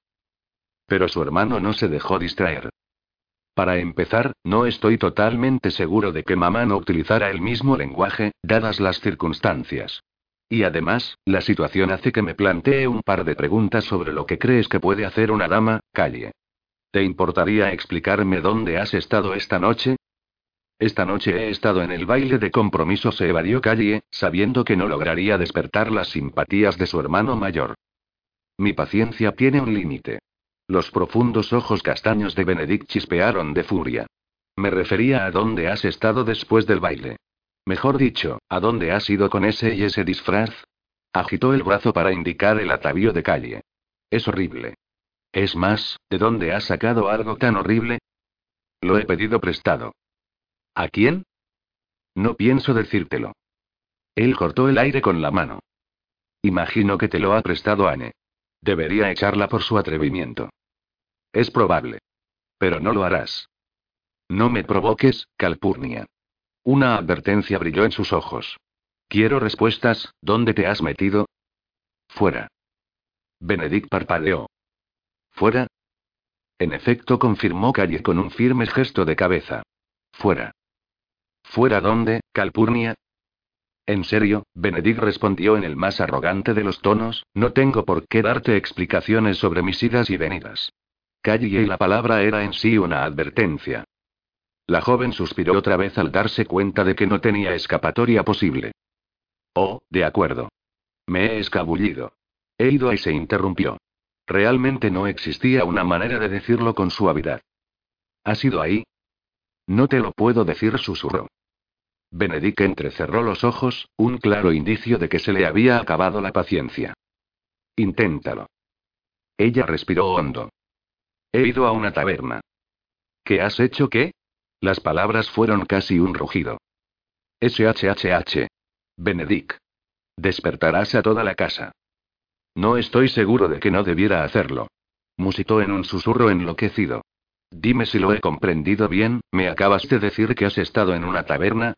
Pero su hermano no se dejó distraer. Para empezar, no estoy totalmente seguro de que mamá no utilizara el mismo lenguaje, dadas las circunstancias. Y además, la situación hace que me plantee un par de preguntas sobre lo que crees que puede hacer una dama, Callie. ¿Te importaría explicarme dónde has estado esta noche? Esta noche he estado en el baile de compromiso, se evadió Callie, sabiendo que no lograría despertar las simpatías de su hermano mayor. Mi paciencia tiene un límite. Los profundos ojos castaños de Benedict chispearon de furia. Me refería a dónde has estado después del baile. Mejor dicho, ¿a dónde has ido con ese disfraz? Agitó el brazo para indicar el atavío de Callie. Es horrible. Es más, ¿de dónde has sacado algo tan horrible? Lo he pedido prestado. ¿A quién? No pienso decírtelo. Él cortó el aire con la mano. Imagino que te lo ha prestado Anne. Debería echarla por su atrevimiento. Es probable. Pero no lo harás. No me provoques, Calpurnia. Una advertencia brilló en sus ojos. Quiero respuestas, ¿dónde te has metido? Fuera. Benedict parpadeó. ¿Fuera? En efecto, confirmó Callie con un firme gesto de cabeza. Fuera. ¿Fuera dónde, Calpurnia? En serio, Benedict respondió en el más arrogante de los tonos, no tengo por qué darte explicaciones sobre mis idas y venidas. Callie, y la palabra era en sí una advertencia. La joven suspiró otra vez al darse cuenta de que no tenía escapatoria posible. Oh, de acuerdo. Me he escabullido. He ido y se interrumpió. Realmente no existía una manera de decirlo con suavidad. ¿Has ido ahí? No te lo puedo decir, susurró. Benedict entrecerró los ojos, un claro indicio de que se le había acabado la paciencia. Inténtalo. Ella respiró hondo. He ido a una taberna. ¿Qué has hecho qué? Las palabras fueron casi un rugido. SHHH. Benedict. Despertarás a toda la casa. No estoy seguro de que no debiera hacerlo. Musitó en un susurro enloquecido. Dime si lo he comprendido bien, ¿me acabas de decir que has estado en una taberna?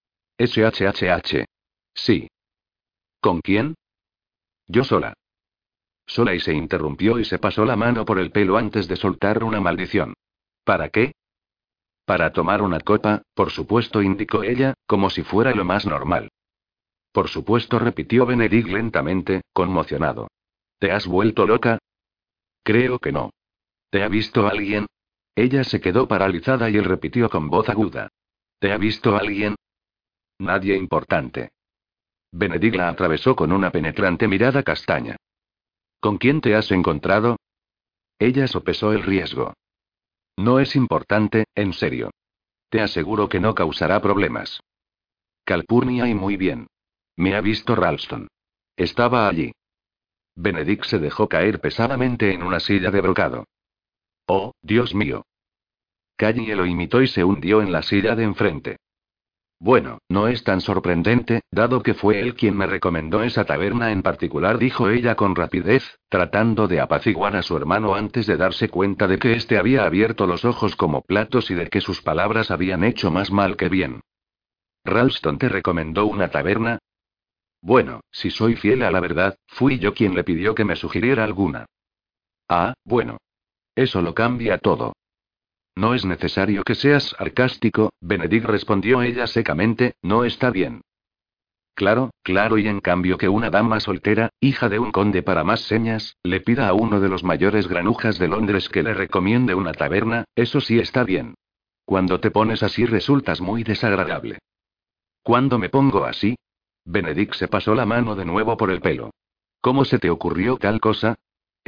SHHH. Sí. ¿Con quién? Yo sola. Sola, y se interrumpió y se pasó la mano por el pelo antes de soltar una maldición. ¿Para qué? Para tomar una copa, por supuesto, indicó ella, como si fuera lo más normal. Por supuesto, repitió Benedict lentamente, conmocionado. ¿Te has vuelto loca? Creo que no. ¿Te ha visto alguien? Ella se quedó paralizada y él repitió con voz aguda. ¿Te ha visto alguien? Nadie importante. Benedict la atravesó con una penetrante mirada castaña. ¿Con quién te has encontrado? Ella sopesó el riesgo. No es importante, en serio. Te aseguro que no causará problemas. Calpurnia, y muy bien. Me ha visto Ralston. Estaba allí. Benedict se dejó caer pesadamente en una silla de brocado. Oh, Dios mío. Callie lo imitó y se hundió en la silla de enfrente. Bueno, no es tan sorprendente, dado que fue él quien me recomendó esa taberna en particular, dijo ella con rapidez, tratando de apaciguar a su hermano antes de darse cuenta de que éste había abierto los ojos como platos y de que sus palabras habían hecho más mal que bien. ¿Ralston te recomendó una taberna? Bueno, si soy fiel a la verdad, fui yo quien le pidió que me sugiriera alguna. Ah, bueno. Eso lo cambia todo. No es necesario que seas sarcástico, Benedict, respondió ella secamente, no está bien. Claro, claro, y en cambio que una dama soltera, hija de un conde para más señas, le pida a uno de los mayores granujas de Londres que le recomiende una taberna, eso sí está bien. Cuando te pones así resultas muy desagradable. ¿Cuándo me pongo así? Benedict se pasó la mano de nuevo por el pelo. ¿Cómo se te ocurrió tal cosa?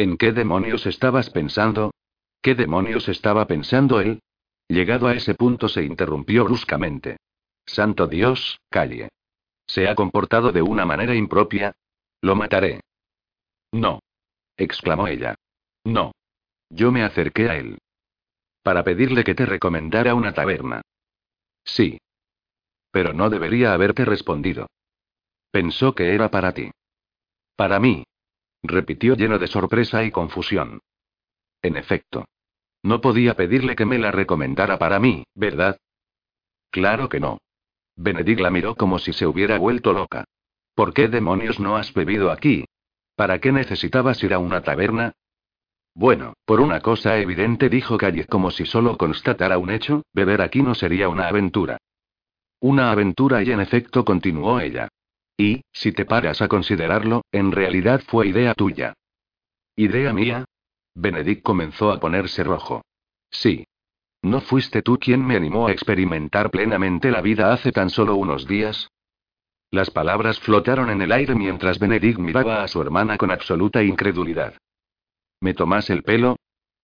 ¿En qué demonios estabas pensando? ¿Qué demonios estaba pensando él? Llegado a ese punto se interrumpió bruscamente. Santo Dios, calle. ¿Se ha comportado de una manera impropia? Lo mataré. No. Exclamó ella. No. Yo me acerqué a él. Para pedirle que te recomendara una taberna. Sí. Pero no debería haberte respondido. Pensó que era para ti. Para mí. Repitió lleno de sorpresa y confusión. En efecto. No podía pedirle que me la recomendara para mí, ¿verdad? Claro que no. Benedict la miró como si se hubiera vuelto loca. ¿Por qué demonios no has bebido aquí? ¿Para qué necesitabas ir a una taberna? Bueno, por una cosa evidente, dijo Calle como si solo constatara un hecho, beber aquí no sería una aventura. Una aventura y en efecto continuó ella. Y, si te paras a considerarlo, en realidad fue idea tuya. ¿Idea mía? Benedict comenzó a ponerse rojo. Sí. ¿No fuiste tú quien me animó a experimentar plenamente la vida hace tan solo unos días? Las palabras flotaron en el aire mientras Benedict miraba a su hermana con absoluta incredulidad. ¿Me tomas el pelo?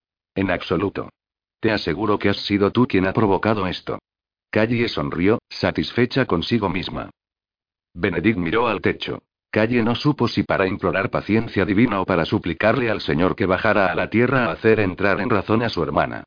En absoluto. Te aseguro que has sido tú quien ha provocado esto. Calle sonrió, satisfecha consigo misma. Benedict miró al techo. Calle no supo si para implorar paciencia divina o para suplicarle al Señor que bajara a la tierra a hacer entrar en razón a su hermana.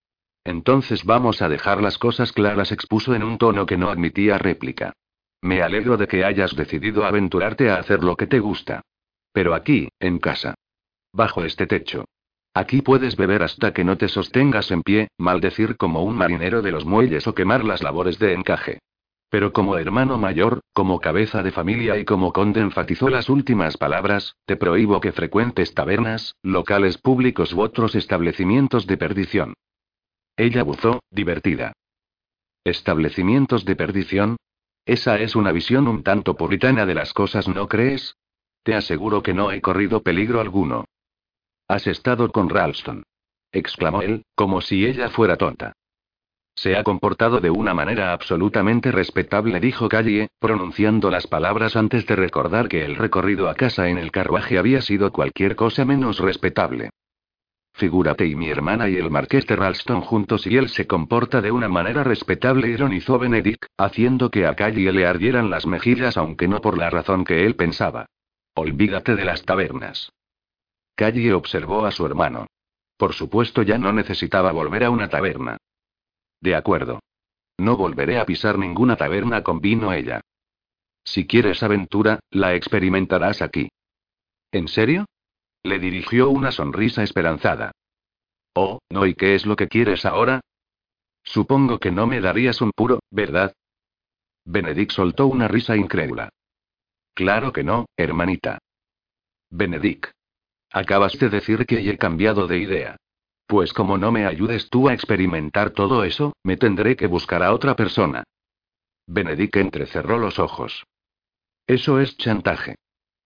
Entonces vamos a dejar las cosas claras, expuso en un tono que no admitía réplica. Me alegro de que hayas decidido aventurarte a hacer lo que te gusta. Pero aquí, en casa. Bajo este techo. Aquí puedes beber hasta que no te sostengas en pie, maldecir como un marinero de los muelles o quemar las labores de encaje. Pero como hermano mayor, como cabeza de familia y como conde, enfatizó las últimas palabras, te prohíbo que frecuentes tabernas, locales públicos u otros establecimientos de perdición. Ella buzó, divertida. ¿Establecimientos de perdición? Esa es una visión un tanto puritana de las cosas, ¿no crees? Te aseguro que no he corrido peligro alguno. Has estado con Ralston. Exclamó él, como si ella fuera tonta. Se ha comportado de una manera absolutamente respetable, dijo Calle, pronunciando las palabras antes de recordar que el recorrido a casa en el carruaje había sido cualquier cosa menos respetable. Figúrate, y mi hermana y el marqués de Ralston juntos y él se comporta de una manera respetable, ironizó Benedict, haciendo que a Calle le ardieran las mejillas, aunque no por la razón que él pensaba. Olvídate de las tabernas. Calle observó a su hermano. Por supuesto, ya no necesitaba volver a una taberna. De acuerdo. No volveré a pisar ninguna taberna, convino ella. Si quieres aventura, la experimentarás aquí. ¿En serio? Le dirigió una sonrisa esperanzada. Oh, no, ¿y qué es lo que quieres ahora? Supongo que no me darías un puro, ¿verdad? Benedict soltó una risa incrédula. Claro que no, hermanita. Benedict. Acabas de decir que he cambiado de idea. Pues como no me ayudes tú a experimentar todo eso, me tendré que buscar a otra persona. Benedict entrecerró los ojos. Eso es chantaje.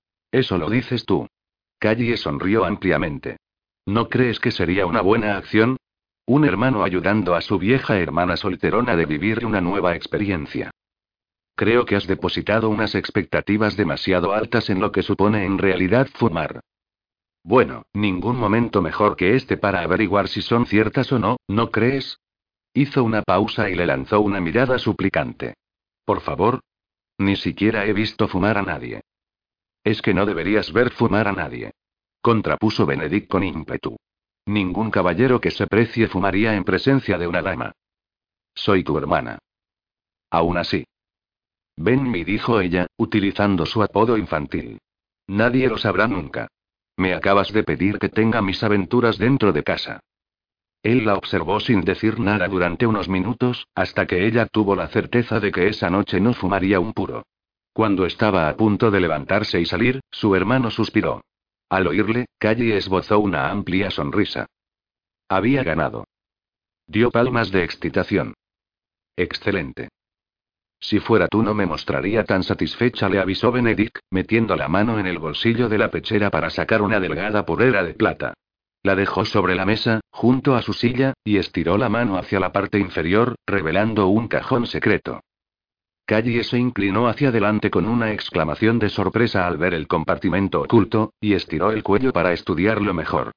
Eso lo dices tú. Calle sonrió ampliamente. ¿No crees que sería una buena acción? Un hermano ayudando a su vieja hermana solterona de vivir una nueva experiencia. Creo que has depositado unas expectativas demasiado altas en lo que supone en realidad fumar. Bueno, ningún momento mejor que este para averiguar si son ciertas o no, ¿no crees? Hizo una pausa y le lanzó una mirada suplicante. Por favor. Ni siquiera he visto fumar a nadie. Es que no deberías ver fumar a nadie. Contrapuso Benedict con ímpetu. Ningún caballero que se precie fumaría en presencia de una dama. Soy tu hermana. Aún así. Benmi, dijo ella, utilizando su apodo infantil. Nadie lo sabrá nunca. Me acabas de pedir que tenga mis aventuras dentro de casa. Él la observó sin decir nada durante unos minutos, hasta que ella tuvo la certeza de que esa noche no fumaría un puro. Cuando estaba a punto de levantarse y salir, su hermano suspiró. Al oírle, Calle esbozó una amplia sonrisa. Había ganado. Dio palmas de excitación. Excelente. Si fuera tú no me mostraría tan satisfecha, le avisó Benedict, metiendo la mano en el bolsillo de la pechera para sacar una delgada polera de plata. La dejó sobre la mesa, junto a su silla, y estiró la mano hacia la parte inferior, revelando un cajón secreto. Callie se inclinó hacia adelante con una exclamación de sorpresa al ver el compartimento oculto, y estiró el cuello para estudiarlo mejor.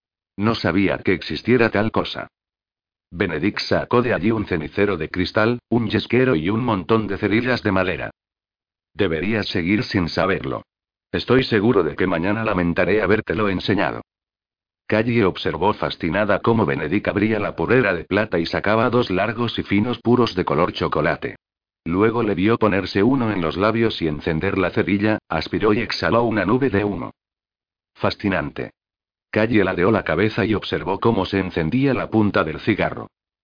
No sabía que existiera tal cosa. Benedict sacó de allí un cenicero de cristal, un yesquero y un montón de cerillas de madera. Deberías seguir sin saberlo. Estoy seguro de que mañana lamentaré habértelo enseñado. Callie observó fascinada cómo Benedict abría la purrera de plata y sacaba 2 largos y finos puros de color chocolate. Luego le vio ponerse uno en los labios y encender la cerilla, aspiró y exhaló una nube de humo. Fascinante. Callie ladeó la cabeza y observó cómo se encendía la punta del cigarro.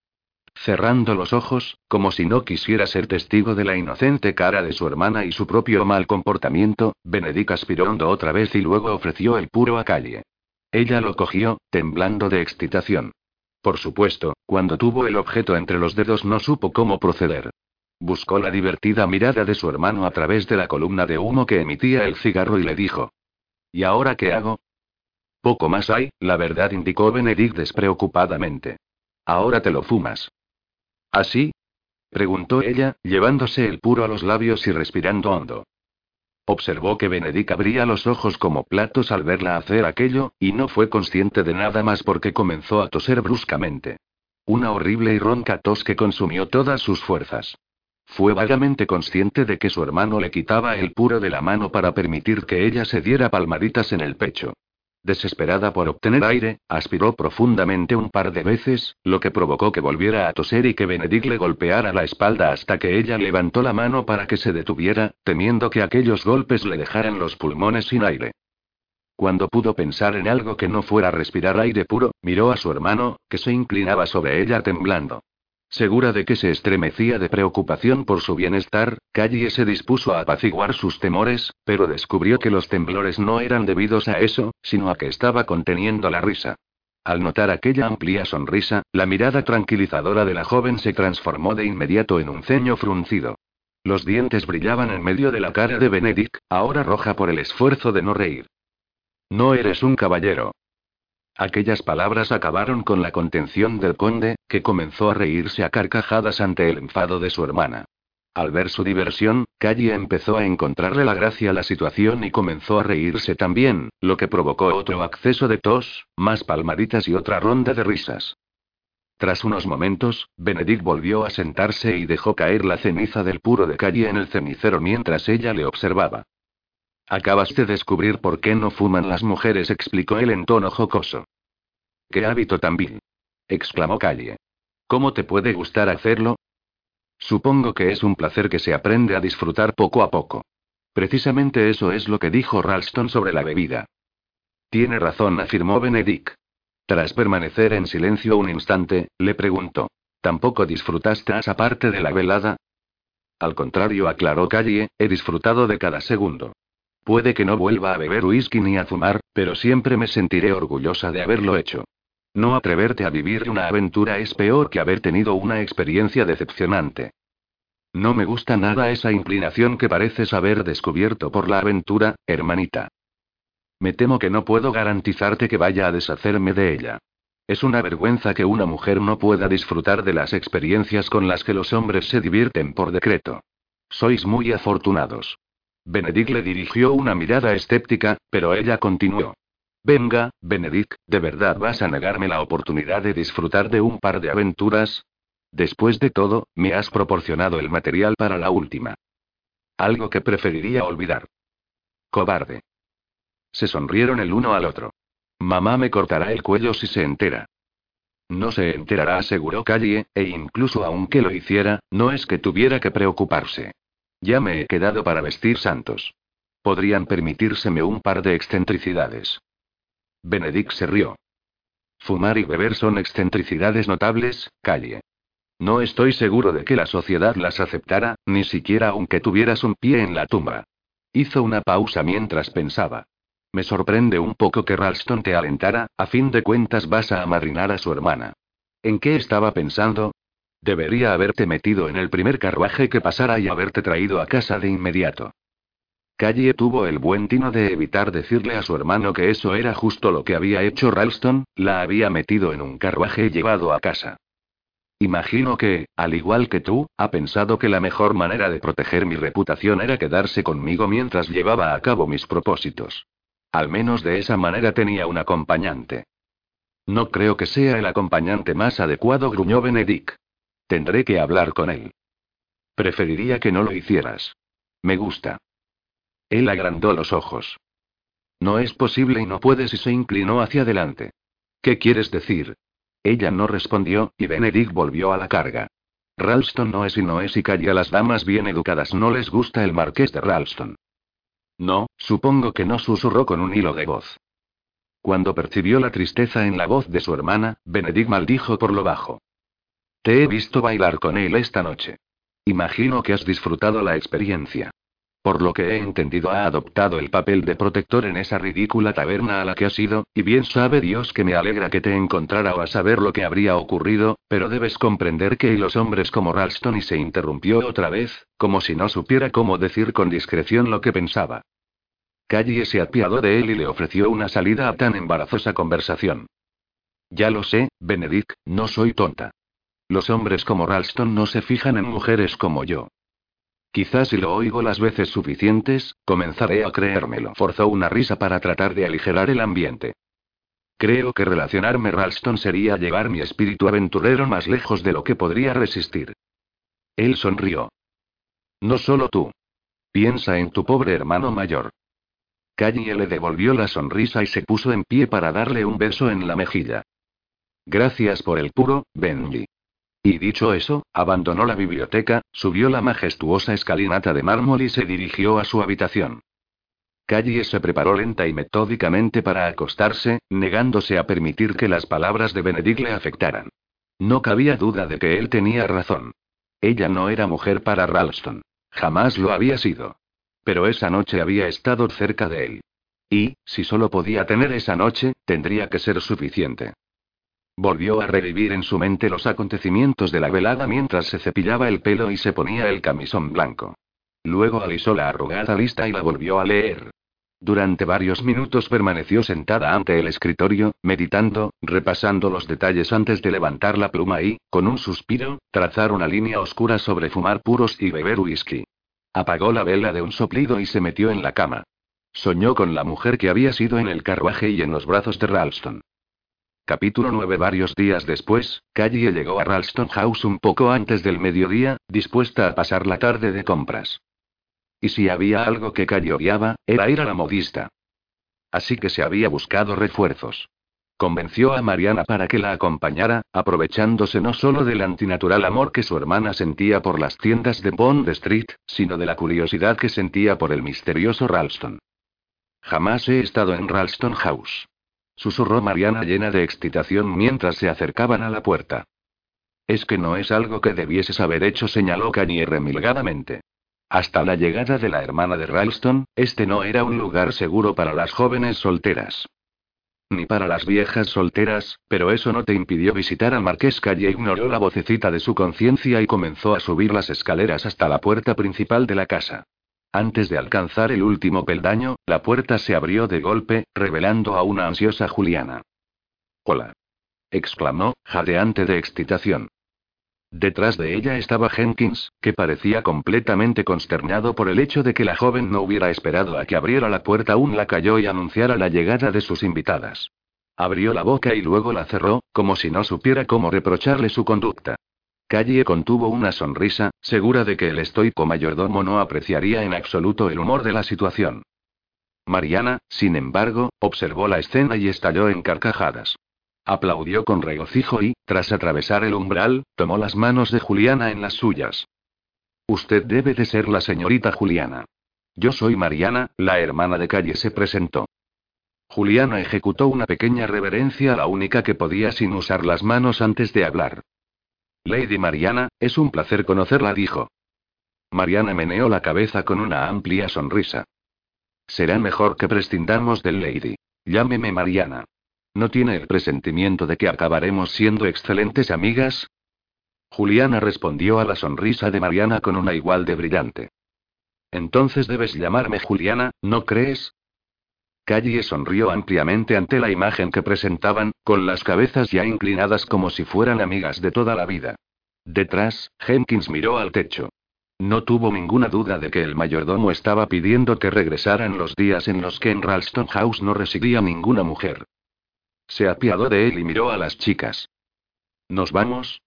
Cerrando los ojos, como si no quisiera ser testigo de la inocente cara de su hermana y su propio mal comportamiento, Benedict aspiró hondo otra vez y luego ofreció el puro a Callie. Ella lo cogió, temblando de excitación. Por supuesto, cuando tuvo el objeto entre los dedos no supo cómo proceder. Buscó la divertida mirada de su hermano a través de la columna de humo que emitía el cigarro y le dijo: ¿Y ahora qué hago? Poco más hay, la verdad, indicó Benedict despreocupadamente. Ahora te lo fumas. ¿Así? Preguntó ella, llevándose el puro a los labios y respirando hondo. Observó que Benedict abría los ojos como platos al verla hacer aquello, y no fue consciente de nada más porque comenzó a toser bruscamente. Una horrible y ronca tos que consumió todas sus fuerzas. Fue vagamente consciente de que su hermano le quitaba el puro de la mano para permitir que ella se diera palmaditas en el pecho. Desesperada por obtener aire, aspiró profundamente un par de veces, lo que provocó que volviera a toser y que Benedict le golpeara la espalda hasta que ella levantó la mano para que se detuviera, temiendo que aquellos golpes le dejaran los pulmones sin aire. Cuando pudo pensar en algo que no fuera respirar aire puro, miró a su hermano, que se inclinaba sobre ella temblando. Segura de que se estremecía de preocupación por su bienestar, Callie se dispuso a apaciguar sus temores, pero descubrió que los temblores no eran debidos a eso, sino a que estaba conteniendo la risa. Al notar aquella amplia sonrisa, la mirada tranquilizadora de la joven se transformó de inmediato en un ceño fruncido. Los dientes brillaban en medio de la cara de Benedict, ahora roja por el esfuerzo de no reír. No eres un caballero. Aquellas palabras acabaron con la contención del conde, que comenzó a reírse a carcajadas ante el enfado de su hermana. Al ver su diversión, Callie empezó a encontrarle la gracia a la situación y comenzó a reírse también, lo que provocó otro acceso de tos, más palmaditas y otra ronda de risas. Tras unos momentos, Benedict volvió a sentarse y dejó caer la ceniza del puro de Callie en el cenicero mientras ella le observaba. Acabas de descubrir por qué no fuman las mujeres, explicó él en tono jocoso. ¡Qué hábito tan vil!, exclamó Callie. ¿Cómo te puede gustar hacerlo? Supongo que es un placer que se aprende a disfrutar poco a poco. Precisamente eso es lo que dijo Ralston sobre la bebida. Tiene razón, afirmó Benedict. Tras permanecer en silencio un instante, le preguntó: ¿tampoco disfrutaste esa parte de la velada? Al contrario, aclaró Callie, he disfrutado de cada segundo. Puede que no vuelva a beber whisky ni a fumar, pero siempre me sentiré orgullosa de haberlo hecho. No atreverte a vivir una aventura es peor que haber tenido una experiencia decepcionante. No me gusta nada esa inclinación que pareces haber descubierto por la aventura, hermanita. Me temo que no puedo garantizarte que vaya a deshacerme de ella. Es una vergüenza que una mujer no pueda disfrutar de las experiencias con las que los hombres se divierten por decreto. Sois muy afortunados. Benedict le dirigió una mirada escéptica, pero ella continuó. Venga, Benedict, ¿de verdad vas a negarme la oportunidad de disfrutar de un par de aventuras? Después de todo, me has proporcionado el material para la última. Algo que preferiría olvidar. Cobarde. Se sonrieron el uno al otro. Mamá me cortará el cuello si se entera. No se enterará, aseguró Callie, e incluso aunque lo hiciera, no es que tuviera que preocuparse. Ya me he quedado para vestir santos. Podrían permitírseme un par de excentricidades. Benedict se rió. Fumar y beber son excentricidades notables, Callie. No estoy seguro de que la sociedad las aceptara, ni siquiera aunque tuvieras un pie en la tumba. Hizo una pausa mientras pensaba. Me sorprende un poco que Ralston te alentara, a fin de cuentas vas a amadrinar a su hermana. ¿En qué estaba pensando? Debería haberte metido en el primer carruaje que pasara y haberte traído a casa de inmediato. Callie tuvo el buen tino de evitar decirle a su hermano que eso era justo lo que había hecho Ralston, la había metido en un carruaje y llevado a casa. Imagino que, al igual que tú, ha pensado que la mejor manera de proteger mi reputación era quedarse conmigo mientras llevaba a cabo mis propósitos. Al menos de esa manera tenía un acompañante. No creo que sea el acompañante más adecuado, gruñó Benedict. Tendré que hablar con él. Preferiría que no lo hicieras. Me gusta. Él agrandó los ojos. No es posible y no puedes, y se inclinó hacia adelante. ¿Qué quieres decir? Ella no respondió, y Benedict volvió a la carga. Ralston no es, y calla. A las damas bien educadas no les gusta el marqués de Ralston. No, supongo que no, susurró con un hilo de voz. Cuando percibió la tristeza en la voz de su hermana, Benedict maldijo por lo bajo. Te he visto bailar con él esta noche. Imagino que has disfrutado la experiencia. Por lo que he entendido, ha adoptado el papel de protector en esa ridícula taberna a la que has ido, y bien sabe Dios que me alegra que te encontrara o a saber lo que habría ocurrido, pero debes comprender que los hombres como Ralston, y se interrumpió otra vez, como si no supiera cómo decir con discreción lo que pensaba. Callie se apiadó de él y le ofreció una salida a tan embarazosa conversación. Ya lo sé, Benedict, no soy tonta. Los hombres como Ralston no se fijan en mujeres como yo. Quizás si lo oigo las veces suficientes, comenzaré a creérmelo. Forzó una risa para tratar de aligerar el ambiente. Creo que relacionarme Ralston sería llevar mi espíritu aventurero más lejos de lo que podría resistir. Él sonrió. No solo tú. Piensa en tu pobre hermano mayor. Callie le devolvió la sonrisa y se puso en pie para darle un beso en la mejilla. Gracias por el puro, Benji. Y dicho eso, abandonó la biblioteca, subió la majestuosa escalinata de mármol y se dirigió a su habitación. Callie se preparó lenta y metódicamente para acostarse, negándose a permitir que las palabras de Benedict le afectaran. No cabía duda de que él tenía razón. Ella no era mujer para Ralston. Jamás lo había sido. Pero esa noche había estado cerca de él. Y, si solo podía tener esa noche, tendría que ser suficiente. Volvió a revivir en su mente los acontecimientos de la velada mientras se cepillaba el pelo y se ponía el camisón blanco. Luego alisó la arrugada lista y la volvió a leer. Durante varios minutos permaneció sentada ante el escritorio, meditando, repasando los detalles antes de levantar la pluma y, con un suspiro, trazar una línea oscura sobre fumar puros y beber whisky. Apagó la vela de un soplido y se metió en la cama. Soñó con la mujer que había sido en el carruaje y en los brazos de Ralston. Capítulo 9. Varios días después, Callie llegó a Ralston House un poco antes del mediodía, dispuesta a pasar la tarde de compras. Y si había algo que Callie odiaba, era ir a la modista. Así que se había buscado refuerzos. Convenció a Mariana para que la acompañara, aprovechándose no solo del antinatural amor que su hermana sentía por las tiendas de Bond Street, sino de la curiosidad que sentía por el misterioso Ralston. Jamás he estado en Ralston House, susurró Mariana llena de excitación mientras se acercaban a la puerta. Es que no es algo que debieses haber hecho, señaló Callie remilgadamente. Hasta la llegada de la hermana de Ralston, este no era un lugar seguro para las jóvenes solteras. Ni para las viejas solteras, pero eso no te impidió visitar al marqués. Callie ignoró la vocecita de su conciencia y comenzó a subir las escaleras hasta la puerta principal de la casa. Antes de alcanzar el último peldaño, la puerta se abrió de golpe, revelando a una ansiosa Juliana. «Hola», exclamó, jadeante de excitación. Detrás de ella estaba Jenkins, que parecía completamente consternado por el hecho de que la joven no hubiera esperado a que abriera la puerta a un lacayo y anunciara la llegada de sus invitadas. Abrió la boca y luego la cerró, como si no supiera cómo reprocharle su conducta. Callie contuvo una sonrisa, segura de que el estoico mayordomo no apreciaría en absoluto el humor de la situación. Mariana, sin embargo, observó la escena y estalló en carcajadas. Aplaudió con regocijo y, tras atravesar el umbral, tomó las manos de Juliana en las suyas. Usted debe de ser la señorita Juliana. Yo soy Mariana, la hermana de Callie, se presentó. Juliana ejecutó una pequeña reverencia, la única que podía sin usar las manos antes de hablar. Lady Mariana, es un placer conocerla, dijo. Mariana meneó la cabeza con una amplia sonrisa. Será mejor que prescindamos del Lady. Llámeme Mariana. ¿No tiene el presentimiento de que acabaremos siendo excelentes amigas? Juliana respondió a la sonrisa de Mariana con una igual de brillante. Entonces debes llamarme Juliana, ¿no crees? Callie sonrió ampliamente ante la imagen que presentaban, con las cabezas ya inclinadas como si fueran amigas de toda la vida. Detrás, Jenkins miró al techo. No tuvo ninguna duda de que el mayordomo estaba pidiendo que regresaran los días en los que en Ralston House no residía ninguna mujer. Se apiadó de él y miró a las chicas. ¿Nos vamos?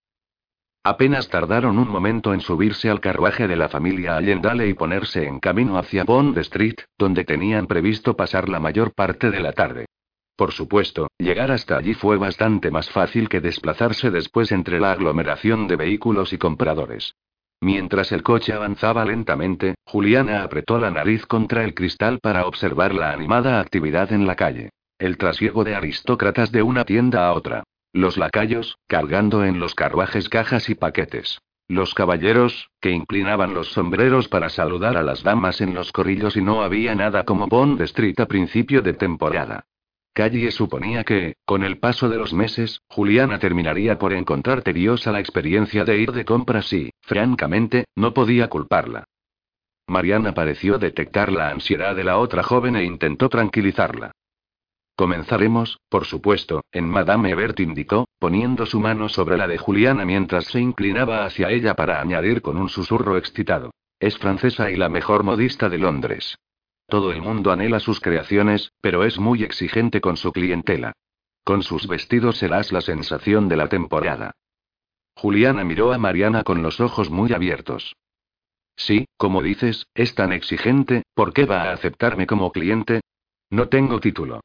Apenas tardaron un momento en subirse al carruaje de la familia Allendale y ponerse en camino hacia Bond Street, donde tenían previsto pasar la mayor parte de la tarde. Por supuesto, llegar hasta allí fue bastante más fácil que desplazarse después entre la aglomeración de vehículos y compradores. Mientras el coche avanzaba lentamente, Juliana apretó la nariz contra el cristal para observar la animada actividad en la calle. El trasiego de aristócratas de una tienda a otra. Los lacayos, cargando en los carruajes cajas y paquetes. Los caballeros, que inclinaban los sombreros para saludar a las damas en los corrillos, y no había nada como Bond Street a principio de temporada. Callie suponía que, con el paso de los meses, Juliana terminaría por encontrar tediosa la experiencia de ir de compras y, francamente, no podía culparla. Mariana pareció detectar la ansiedad de la otra joven e intentó tranquilizarla. Comenzaremos, por supuesto, en Madame Ebert, indicó, poniendo su mano sobre la de Juliana mientras se inclinaba hacia ella para añadir con un susurro excitado. Es francesa y la mejor modista de Londres. Todo el mundo anhela sus creaciones, pero es muy exigente con su clientela. Con sus vestidos serás la sensación de la temporada. Juliana miró a Mariana con los ojos muy abiertos. Sí, como dices, es tan exigente, ¿por qué va a aceptarme como cliente? No tengo título.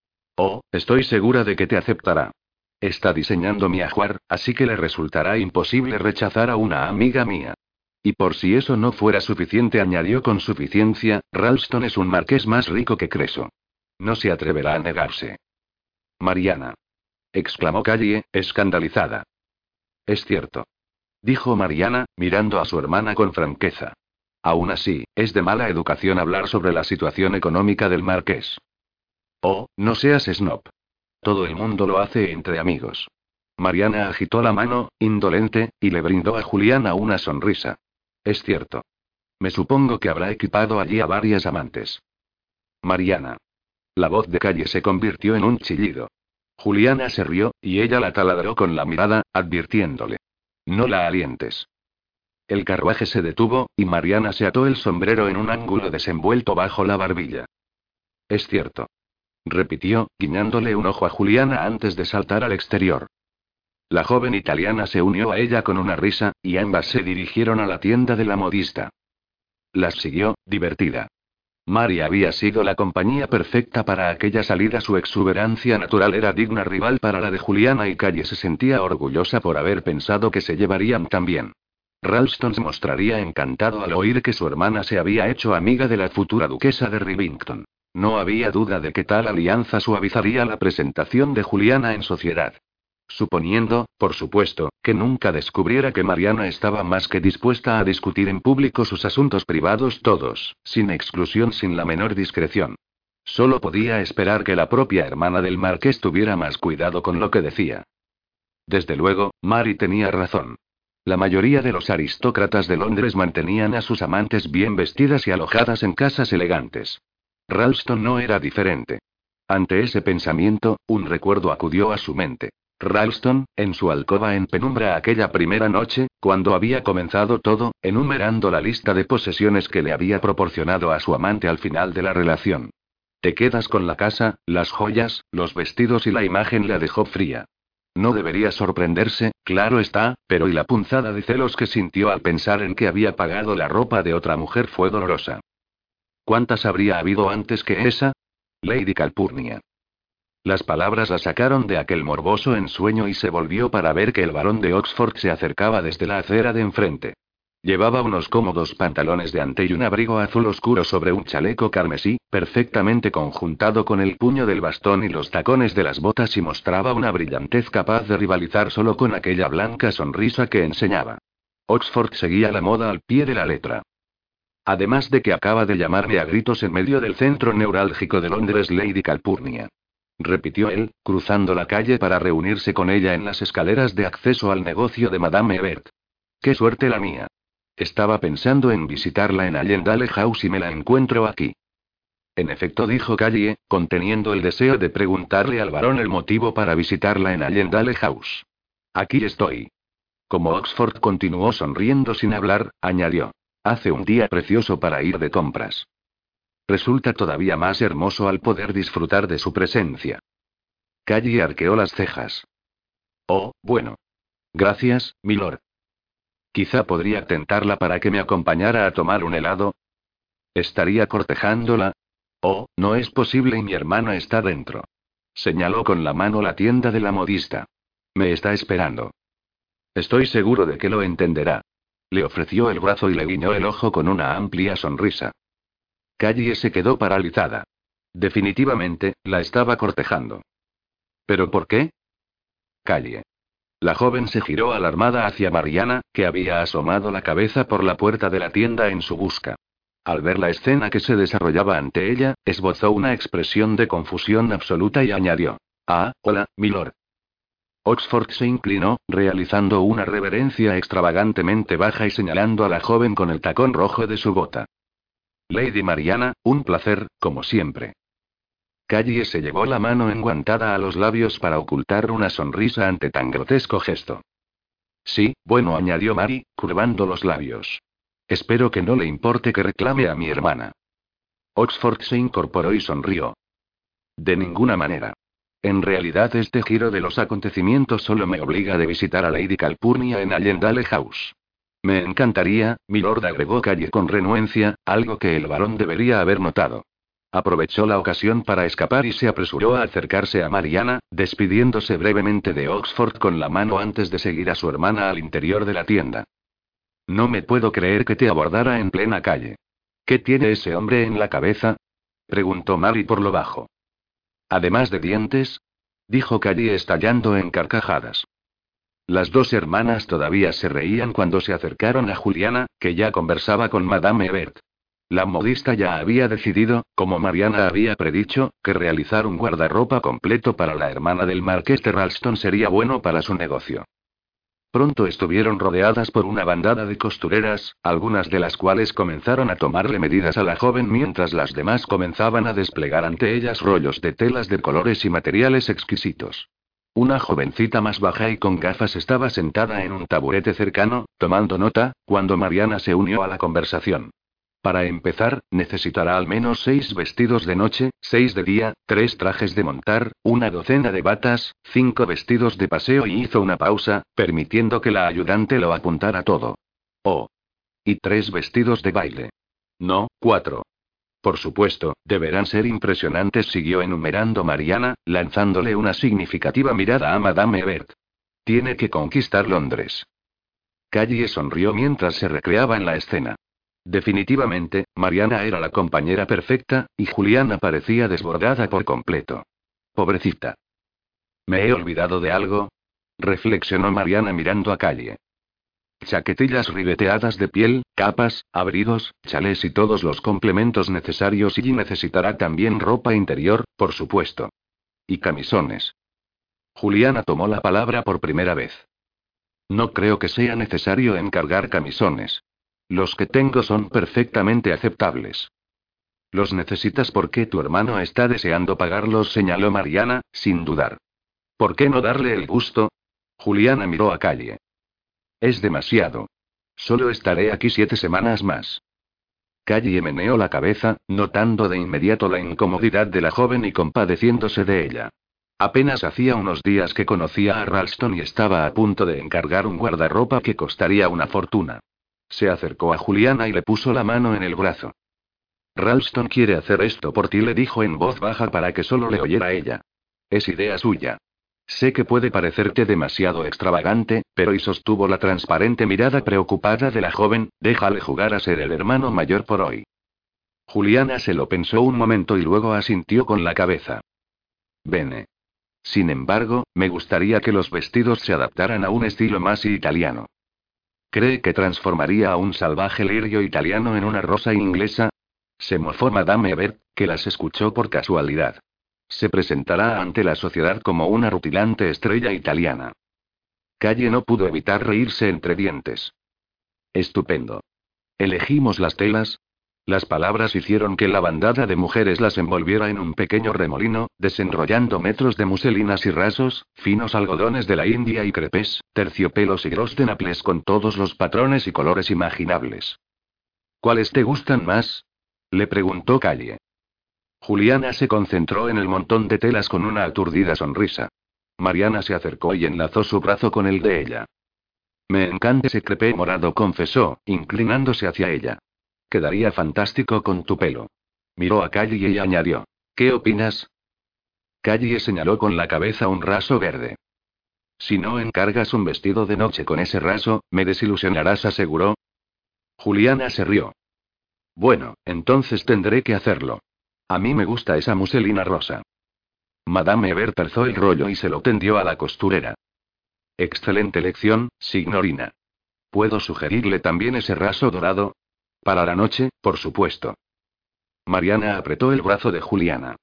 Oh, estoy segura de que te aceptará. Está diseñando mi ajuar, así que le resultará imposible rechazar a una amiga mía. Y por si eso no fuera suficiente, añadió con suficiencia, Ralston es un marqués más rico que Creso. No se atreverá a negarse. Mariana. Exclamó Callie, escandalizada. Es cierto. Dijo Mariana, mirando a su hermana con franqueza. Aún así, es de mala educación hablar sobre la situación económica del marqués. Oh, no seas snob. Todo el mundo lo hace entre amigos. Mariana agitó la mano, indolente, y le brindó a Juliana una sonrisa. Es cierto. Me supongo que habrá equipado allí a varias amantes. Mariana. La voz de Callie se convirtió en un chillido. Juliana se rió, y ella la taladró con la mirada, advirtiéndole. No la alientes. El carruaje se detuvo, y Mariana se ató el sombrero en un ángulo desenvuelto bajo la barbilla. Es cierto. Repitió, guiñándole un ojo a Juliana antes de saltar al exterior. La joven italiana se unió a ella con una risa, y ambas se dirigieron a la tienda de la modista. Las siguió, divertida. Mary había sido la compañía perfecta para aquella salida. Su exuberancia natural era digna rival para la de Juliana, y Callie se sentía orgullosa por haber pensado que se llevarían tan bien. Ralston se mostraría encantado al oír que su hermana se había hecho amiga de la futura duquesa de Rivington. No había duda de que tal alianza suavizaría la presentación de Juliana en sociedad. Suponiendo, por supuesto, que nunca descubriera que Mariana estaba más que dispuesta a discutir en público sus asuntos privados todos, sin exclusión, sin la menor discreción. Solo podía esperar que la propia hermana del marqués tuviera más cuidado con lo que decía. Desde luego, Mary tenía razón. La mayoría de los aristócratas de Londres mantenían a sus amantes bien vestidas y alojadas en casas elegantes. Ralston no era diferente. Ante ese pensamiento, un recuerdo acudió a su mente. Ralston, en su alcoba en penumbra aquella primera noche, cuando había comenzado todo, enumerando la lista de posesiones que le había proporcionado a su amante al final de la relación. Te quedas con la casa, las joyas, los vestidos, y la imagen la dejó fría. No debería sorprenderse, claro está, pero y la punzada de celos que sintió al pensar en que había pagado la ropa de otra mujer fue dolorosa. ¿Cuántas habría habido antes que esa? Lady Calpurnia. Las palabras la sacaron de aquel morboso ensueño y se volvió para ver que el barón de Oxford se acercaba desde la acera de enfrente. Llevaba unos cómodos pantalones de ante y un abrigo azul oscuro sobre un chaleco carmesí, perfectamente conjuntado con el puño del bastón y los tacones de las botas, y mostraba una brillantez capaz de rivalizar solo con aquella blanca sonrisa que enseñaba. Oxford seguía la moda al pie de la letra. Además de que acaba de llamarme a gritos en medio del centro neurálgico de Londres Lady Calpurnia. Repitió él, cruzando la calle para reunirse con ella en las escaleras de acceso al negocio de Madame Ebert. ¡Qué suerte la mía! Estaba pensando en visitarla en Allendale House y me la encuentro aquí. En efecto, dijo Callie, conteniendo el deseo de preguntarle al barón el motivo para visitarla en Allendale House. Aquí estoy. Como Oxford continuó sonriendo sin hablar, añadió. Hace un día precioso para ir de compras. Resulta todavía más hermoso al poder disfrutar de su presencia. Callie arqueó las cejas. Oh, bueno. Gracias, milord. Quizá podría tentarla para que me acompañara a tomar un helado. ¿Estaría cortejándola? Oh, no es posible y mi hermana está dentro. Señaló con la mano la tienda de la modista. Me está esperando. Estoy seguro de que lo entenderá. Le ofreció el brazo y le guiñó el ojo con una amplia sonrisa. Callie se quedó paralizada. Definitivamente, la estaba cortejando. ¿Pero por qué? Callie. La joven se giró alarmada hacia Mariana, que había asomado la cabeza por la puerta de la tienda en su busca. Al ver la escena que se desarrollaba ante ella, esbozó una expresión de confusión absoluta y añadió. Ah, hola, milord. Oxford se inclinó, realizando una reverencia extravagantemente baja y señalando a la joven con el tacón rojo de su bota. Lady Mariana, un placer, como siempre. Callie se llevó la mano enguantada a los labios para ocultar una sonrisa ante tan grotesco gesto. Sí, bueno, añadió Mary, curvando los labios. Espero que no le importe que reclame a mi hermana. Oxford se incorporó y sonrió. De ninguna manera. En realidad este giro de los acontecimientos solo me obliga de visitar a Lady Calpurnia en Allendale House. Me encantaría, milord, agregó Callie con renuencia, algo que el varón debería haber notado. Aprovechó la ocasión para escapar y se apresuró a acercarse a Mariana, despidiéndose brevemente de Oxford con la mano antes de seguir a su hermana al interior de la tienda. No me puedo creer que te abordara en plena calle. ¿Qué tiene ese hombre en la cabeza? Preguntó Mary por lo bajo. Además de dientes, dijo Callie estallando en carcajadas. Las dos hermanas todavía se reían cuando se acercaron a Juliana, que ya conversaba con Madame Hebert. La modista ya había decidido, como Mariana había predicho, que realizar un guardarropa completo para la hermana del marqués de Ralston sería bueno para su negocio. Pronto estuvieron rodeadas por una bandada de costureras, algunas de las cuales comenzaron a tomarle medidas a la joven mientras las demás comenzaban a desplegar ante ellas rollos de telas de colores y materiales exquisitos. Una jovencita más baja y con gafas estaba sentada en un taburete cercano, tomando nota, cuando Mariana se unió a la conversación. Para empezar, necesitará al menos 6 vestidos de noche, 6 de día, 3 trajes de montar, una docena de batas, 5 vestidos de paseo y hizo una pausa, permitiendo que la ayudante lo apuntara todo. Oh. Y 3 vestidos de baile. No, 4. Por supuesto, deberán ser impresionantes, siguió enumerando Mariana, lanzándole una significativa mirada a Madame Hebert. Tiene que conquistar Londres. Callie sonrió mientras se recreaba en la escena. Definitivamente, Mariana era la compañera perfecta, y Juliana parecía desbordada por completo. Pobrecita. ¿Me he olvidado de algo? Reflexionó Mariana mirando a Callie. Chaquetillas ribeteadas de piel, capas, abrigos, chalés y todos los complementos necesarios, y necesitará también ropa interior, por supuesto. Y camisones. Juliana tomó la palabra por primera vez. No creo que sea necesario encargar camisones. Los que tengo son perfectamente aceptables. Los necesitas porque tu hermano está deseando pagarlos, señaló Mariana, sin dudar. ¿Por qué no darle el gusto? Juliana miró a Callie. Es demasiado. Solo estaré aquí 7 semanas más. Callie meneó la cabeza, notando de inmediato la incomodidad de la joven y compadeciéndose de ella. Apenas hacía unos días que conocía a Ralston y estaba a punto de encargar un guardarropa que costaría una fortuna. Se acercó a Juliana y le puso la mano en el brazo. Ralston quiere hacer esto por ti, le dijo en voz baja para que solo le oyera ella. Es idea suya. Sé que puede parecerte demasiado extravagante, pero y sostuvo la transparente mirada preocupada de la joven, déjale jugar a ser el hermano mayor por hoy. Juliana se lo pensó un momento y luego asintió con la cabeza. Bene. Sin embargo, me gustaría que los vestidos se adaptaran a un estilo más italiano. ¿Cree que transformaría a un salvaje lirio italiano en una rosa inglesa? Se mofó Madame Hebert, que las escuchó por casualidad. Se presentará ante la sociedad como una rutilante estrella italiana. Callie no pudo evitar reírse entre dientes. Estupendo. ¿Elegimos las telas? Las palabras hicieron que la bandada de mujeres las envolviera en un pequeño remolino, desenrollando metros de muselinas y rasos, finos algodones de la India y crepes, terciopelos y gros de Naples con todos los patrones y colores imaginables. ¿Cuáles te gustan más? Le preguntó Callie. Juliana se concentró en el montón de telas con una aturdida sonrisa. Mariana se acercó y enlazó su brazo con el de ella. Me encanta ese crepé morado, confesó, inclinándose hacia ella. Quedaría fantástico con tu pelo. Miró a Callie y añadió. ¿Qué opinas? Callie señaló con la cabeza un raso verde. Si no encargas un vestido de noche con ese raso, me desilusionarás, aseguró. Juliana se rió. Bueno, entonces tendré que hacerlo. A mí me gusta esa muselina rosa. Madame Hebert alzó el rollo y se lo tendió a la costurera. Excelente elección, signorina. ¿Puedo sugerirle también ese raso dorado? Para la noche, por supuesto. Mariana apretó el brazo de Juliana.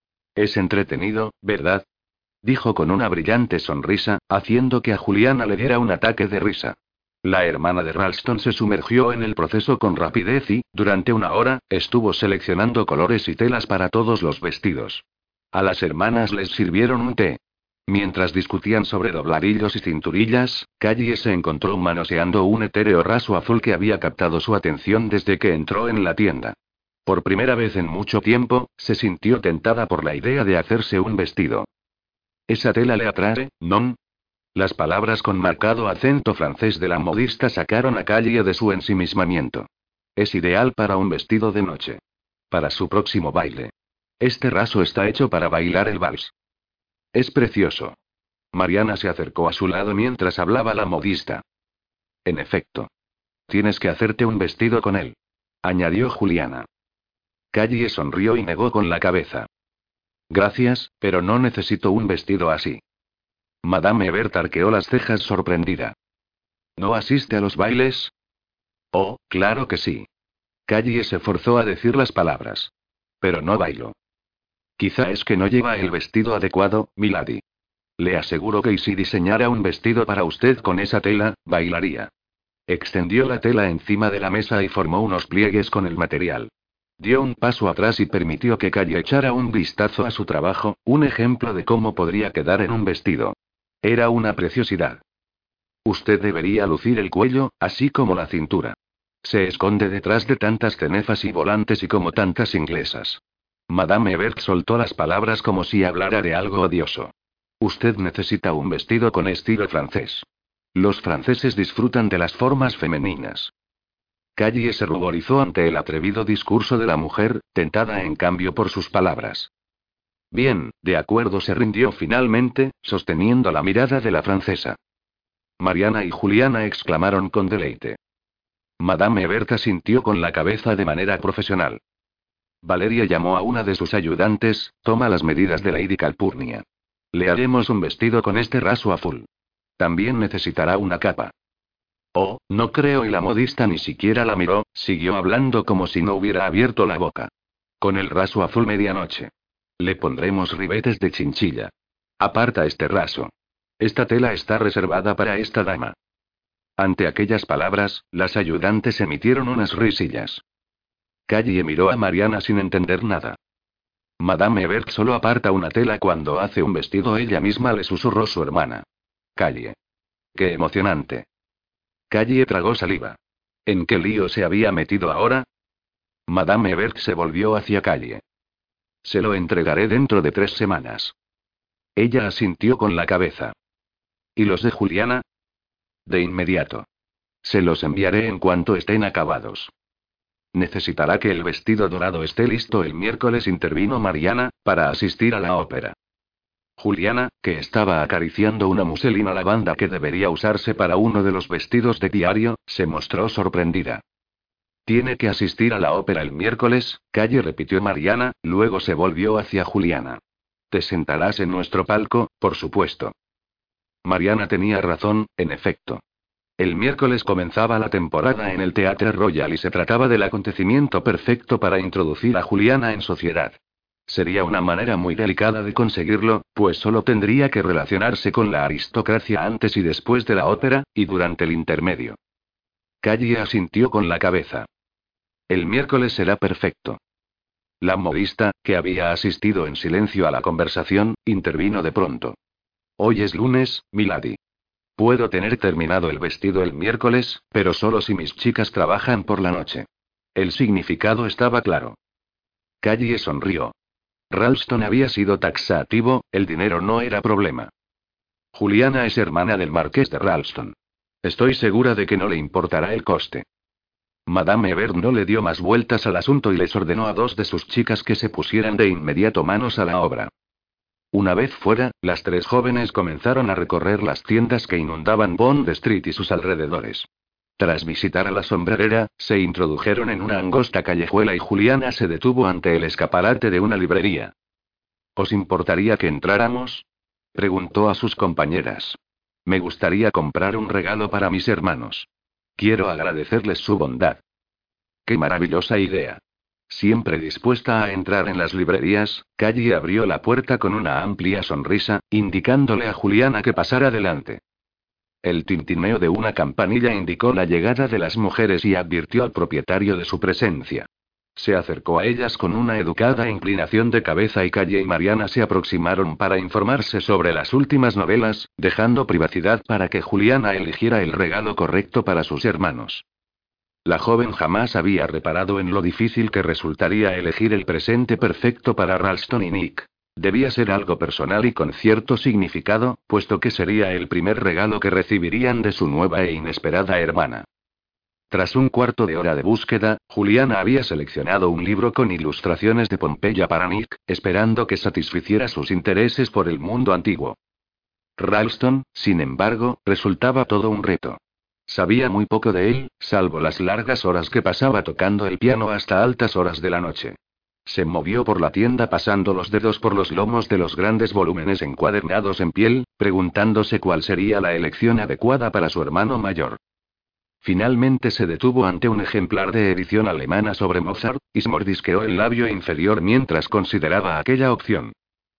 Es entretenido, ¿verdad? Dijo con una brillante sonrisa, haciendo que a Juliana le diera un ataque de risa. La hermana de Ralston se sumergió en el proceso con rapidez y, durante una hora, estuvo seleccionando colores y telas para todos los vestidos. A las hermanas les sirvieron un té. Mientras discutían sobre dobladillos y cinturillas, Callie se encontró manoseando un etéreo raso azul que había captado su atención desde que entró en la tienda. Por primera vez en mucho tiempo, se sintió tentada por la idea de hacerse un vestido. ¿Esa tela le atrae, non? Las palabras con marcado acento francés de la modista sacaron a Callie de su ensimismamiento. Es ideal para un vestido de noche. Para su próximo baile. Este raso está hecho para bailar el vals. Es precioso. Mariana se acercó a su lado mientras hablaba la modista. En efecto. Tienes que hacerte un vestido con él. Añadió Juliana. Callie sonrió y negó con la cabeza. Gracias, pero no necesito un vestido así. Madame Hebert arqueó las cejas sorprendida. ¿No asiste a los bailes? Oh, claro que sí. Callie se forzó a decir las palabras. Pero no bailo. Quizá es que no lleva el vestido adecuado, milady. Le aseguro que si diseñara un vestido para usted con esa tela, bailaría. Extendió la tela encima de la mesa y formó unos pliegues con el material. Dio un paso atrás y permitió que Callie echara un vistazo a su trabajo, un ejemplo de cómo podría quedar en un vestido. Era una preciosidad. Usted debería lucir el cuello, así como la cintura. Se esconde detrás de tantas cenefas y volantes y como tantas inglesas. Madame Hebert soltó las palabras como si hablara de algo odioso. Usted necesita un vestido con estilo francés. Los franceses disfrutan de las formas femeninas. Callie se ruborizó ante el atrevido discurso de la mujer, tentada en cambio por sus palabras. Bien, de acuerdo, se rindió finalmente, sosteniendo la mirada de la francesa. Mariana y Juliana exclamaron con deleite. Madame Hebert asintió con la cabeza de manera profesional. Valeria llamó a una de sus ayudantes, toma las medidas de Lady Calpurnia. Le haremos un vestido con este raso azul. También necesitará una capa. Oh, no creo, y la modista ni siquiera la miró, siguió hablando como si no hubiera abierto la boca. Con el raso azul medianoche. Le pondremos ribetes de chinchilla. Aparta este raso. Esta tela está reservada para esta dama. Ante aquellas palabras, las ayudantes emitieron unas risillas. Callie miró a Mariana sin entender nada. Madame Hebert solo aparta una tela cuando hace un vestido, ella misma, le susurró su hermana. Callie. ¡Qué emocionante! Callie tragó saliva. ¿En qué lío se había metido ahora? Madame Hebert se volvió hacia Callie. Se lo entregaré dentro de 3 semanas. Ella asintió con la cabeza. ¿Y los de Juliana? De inmediato. Se los enviaré en cuanto estén acabados. Necesitará que el vestido dorado esté listo el miércoles, intervino Mariana, para asistir a la ópera. Juliana, que estaba acariciando una muselina lavanda que debería usarse para uno de los vestidos de diario, se mostró sorprendida. Tiene que asistir a la ópera el miércoles, Callie, repitió Mariana, luego se volvió hacia Juliana. Te sentarás en nuestro palco, por supuesto. Mariana tenía razón, en efecto. El miércoles comenzaba la temporada en el Theatre Royal y se trataba del acontecimiento perfecto para introducir a Juliana en sociedad. Sería una manera muy delicada de conseguirlo, pues solo tendría que relacionarse con la aristocracia antes y después de la ópera, y durante el intermedio. Callie asintió con la cabeza. El miércoles será perfecto. La modista, que había asistido en silencio a la conversación, intervino de pronto. Hoy es lunes, milady. Puedo tener terminado el vestido el miércoles, pero solo si mis chicas trabajan por la noche. El significado estaba claro. Callie sonrió. Ralston había sido taxativo, el dinero no era problema. Juliana es hermana del marqués de Ralston. Estoy segura de que no le importará el coste. Madame Hebert no le dio más vueltas al asunto y les ordenó a 2 de sus chicas que se pusieran de inmediato manos a la obra. Una vez fuera, las 3 jóvenes comenzaron a recorrer las tiendas que inundaban Bond Street y sus alrededores. Tras visitar a la sombrerera, se introdujeron en una angosta callejuela y Juliana se detuvo ante el escaparate de una librería. ¿Os importaría que entráramos?, preguntó a sus compañeras. Me gustaría comprar un regalo para mis hermanos. Quiero agradecerles su bondad. ¡Qué maravillosa idea! Siempre dispuesta a entrar en las librerías, Callie abrió la puerta con una amplia sonrisa, indicándole a Juliana que pasara delante. El tintineo de una campanilla indicó la llegada de las mujeres y advirtió al propietario de su presencia. Se acercó a ellas con una educada inclinación de cabeza y Callie y Mariana se aproximaron para informarse sobre las últimas novelas, dejando privacidad para que Juliana eligiera el regalo correcto para sus hermanos. La joven jamás había reparado en lo difícil que resultaría elegir el presente perfecto para Ralston y Nick. Debía ser algo personal y con cierto significado, puesto que sería el primer regalo que recibirían de su nueva e inesperada hermana. Tras un cuarto de hora de búsqueda, Juliana había seleccionado un libro con ilustraciones de Pompeya para Nick, esperando que satisficiera sus intereses por el mundo antiguo. Ralston, sin embargo, resultaba todo un reto. Sabía muy poco de él, salvo las largas horas que pasaba tocando el piano hasta altas horas de la noche. Se movió por la tienda pasando los dedos por los lomos de los grandes volúmenes encuadernados en piel, preguntándose cuál sería la elección adecuada para su hermano mayor. Finalmente se detuvo ante un ejemplar de edición alemana sobre Mozart, y se mordisqueó el labio inferior mientras consideraba aquella opción.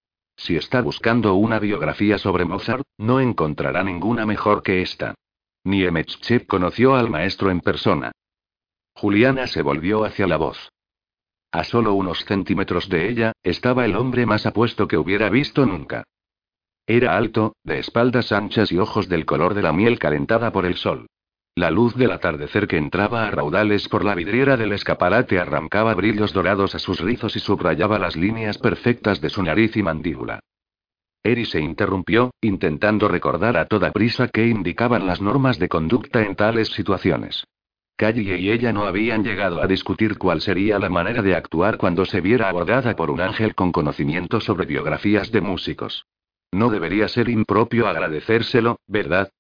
Si está buscando una biografía sobre Mozart, no encontrará ninguna mejor que esta. Niemetschew conoció al maestro en persona. Juliana se volvió hacia la voz. A solo unos centímetros de ella, estaba el hombre más apuesto que hubiera visto nunca. Era alto, de espaldas anchas y ojos del color de la miel calentada por el sol. La luz del atardecer que entraba a raudales por la vidriera del escaparate arrancaba brillos dorados a sus rizos y subrayaba las líneas perfectas de su nariz y mandíbula. Eri se interrumpió, intentando recordar a toda prisa qué indicaban las normas de conducta en tales situaciones. Callie y ella no habían llegado a discutir cuál sería la manera de actuar cuando se viera abordada por un ángel con conocimiento sobre biografías de músicos. No debería ser impropio agradecérselo, ¿verdad?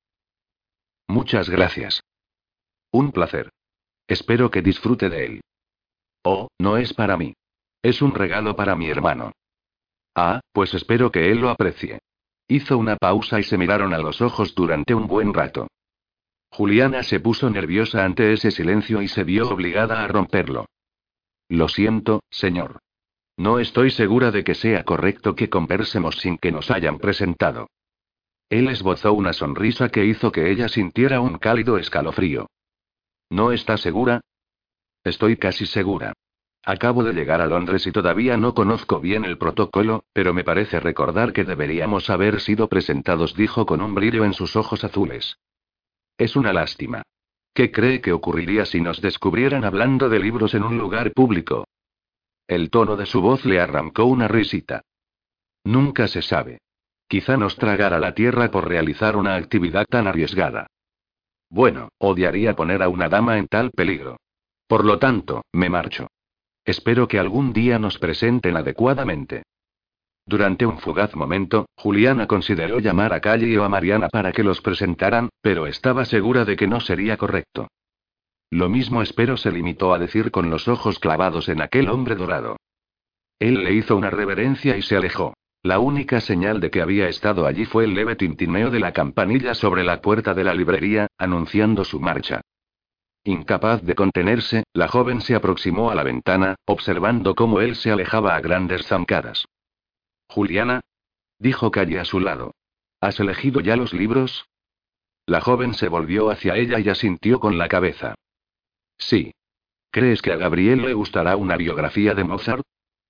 Muchas gracias. Un placer. Espero que disfrute de él. Oh, no es para mí. Es un regalo para mi hermano. Ah, pues espero que él lo aprecie. Hizo una pausa y se miraron a los ojos durante un buen rato. Juliana se puso nerviosa ante ese silencio y se vio obligada a romperlo. Lo siento, señor. No estoy segura de que sea correcto que conversemos sin que nos hayan presentado. Él esbozó una sonrisa que hizo que ella sintiera un cálido escalofrío. ¿No está segura? Estoy casi segura. Acabo de llegar a Londres y todavía no conozco bien el protocolo, pero me parece recordar que deberíamos haber sido presentados, dijo con un brillo en sus ojos azules. Es una lástima. ¿Qué cree que ocurriría si nos descubrieran hablando de libros en un lugar público? El tono de su voz le arrancó una risita. Nunca se sabe. Quizá nos tragara la tierra por realizar una actividad tan arriesgada. Bueno, odiaría poner a una dama en tal peligro. Por lo tanto, me marcho. Espero que algún día nos presenten adecuadamente. Durante un fugaz momento, Juliana consideró llamar a Callie o a Mariana para que los presentaran, pero estaba segura de que no sería correcto. Lo mismo espero, se limitó a decir con los ojos clavados en aquel hombre dorado. Él le hizo una reverencia y se alejó. La única señal de que había estado allí fue el leve tintineo de la campanilla sobre la puerta de la librería, anunciando su marcha. Incapaz de contenerse, la joven se aproximó a la ventana, observando cómo él se alejaba a grandes zancadas. Juliana, dijo Callie a su lado. ¿Has elegido ya los libros? La joven se volvió hacia ella y asintió con la cabeza. Sí. ¿Crees que a Gabriel le gustará una biografía de Mozart?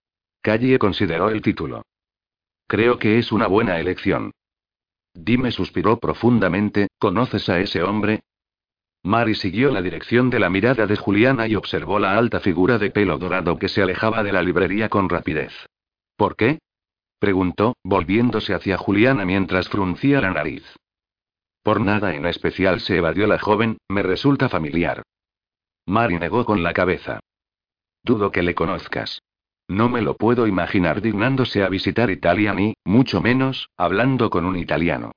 Callie consideró el título. Creo que es una buena elección. Dime, suspiró profundamente, ¿conoces a ese hombre? Mary siguió la dirección de la mirada de Juliana y observó la alta figura de pelo dorado que se alejaba de la librería con rapidez. ¿Por qué? Preguntó, volviéndose hacia Juliana mientras fruncía la nariz. Por nada en especial, se evadió la joven, me resulta familiar. Mary negó con la cabeza. Dudo que le conozcas. No me lo puedo imaginar dignándose a visitar Italia ni, mucho menos, hablando con un italiano.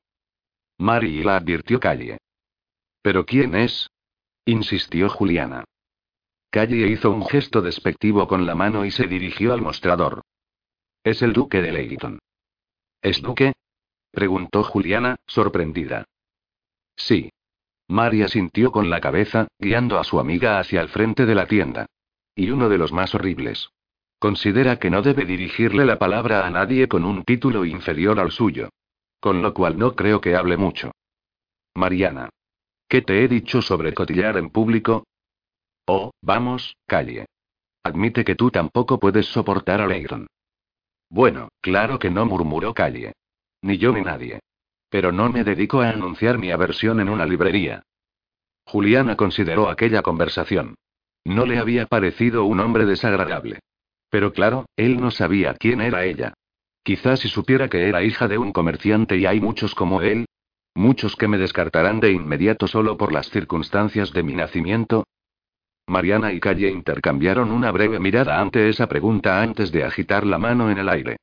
Mary la advirtió Callie. ¿Pero quién es? Insistió Juliana. Callie hizo un gesto despectivo con la mano y se dirigió al mostrador. Es el duque de Leyton. ¿Es duque? Preguntó Juliana, sorprendida. Sí. Mary asintió con la cabeza, guiando a su amiga hacia el frente de la tienda. Y uno de los más horribles. Considera que no debe dirigirle la palabra a nadie con un título inferior al suyo. Con lo cual no creo que hable mucho. Mariana. ¿Qué te he dicho sobre cotillar en público? Oh, vamos, Callie. Admite que tú tampoco puedes soportar a Leyton. Bueno, claro que no, murmuró Callie. Ni yo ni nadie. Pero no me dedico a anunciar mi aversión en una librería. Juliana consideró aquella conversación. No le había parecido un hombre desagradable. Pero claro, él no sabía quién era ella. Quizás si supiera que era hija de un comerciante y hay muchos como él. Muchos que me descartarán de inmediato solo por las circunstancias de mi nacimiento. Mariana y Callie intercambiaron una breve mirada ante esa pregunta antes de agitar la mano en el aire.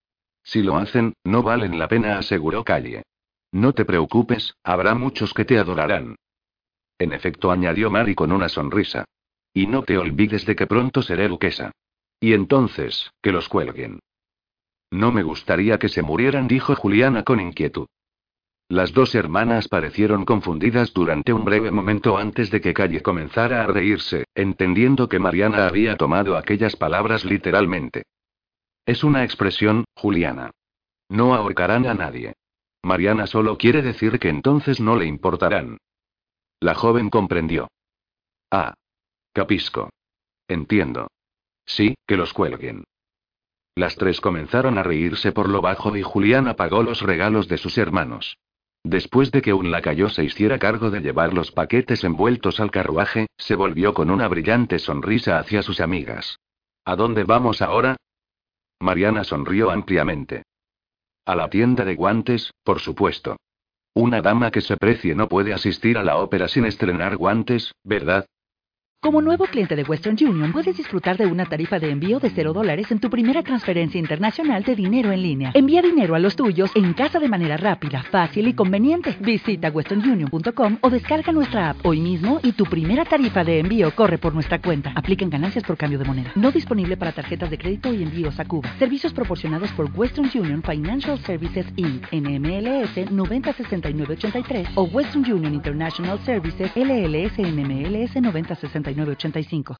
Si lo hacen, no valen la pena, aseguró Callie. No te preocupes, habrá muchos que te adorarán. En efecto, añadió Mary con una sonrisa. Y no te olvides de que pronto seré duquesa. Y entonces, que los cuelguen. No me gustaría que se murieran, dijo Juliana con inquietud. Las dos hermanas parecieron confundidas durante un breve momento antes de que Callie comenzara a reírse, entendiendo que Mariana había tomado aquellas palabras literalmente. Es una expresión, Juliana. No ahorcarán a nadie. Mariana solo quiere decir que entonces no le importarán. La joven comprendió. Ah. Capisco. Entiendo. Sí, que los cuelguen. Las tres comenzaron a reírse por lo bajo y Juliana pagó los regalos de sus hermanos. Después de que un lacayo se hiciera cargo de llevar los paquetes envueltos al carruaje, se volvió con una brillante sonrisa hacia sus amigas. ¿A dónde vamos ahora? Mariana sonrió ampliamente. A la tienda de guantes, por supuesto. Una dama que se precie no puede asistir a la ópera sin estrenar guantes, ¿verdad? Como nuevo cliente de Western Union, puedes disfrutar de una tarifa de envío de $0 en tu primera transferencia internacional de dinero en línea. Envía dinero a los tuyos en casa de manera rápida, fácil y conveniente. Visita westernunion.com o descarga nuestra app hoy mismo y tu primera tarifa de envío corre por nuestra cuenta. Aplican ganancias por cambio de moneda. No disponible para tarjetas de crédito y envíos a Cuba. Servicios proporcionados por Western Union Financial Services Inc. NMLS 906983 o Western Union International Services LLS NMLS 906985.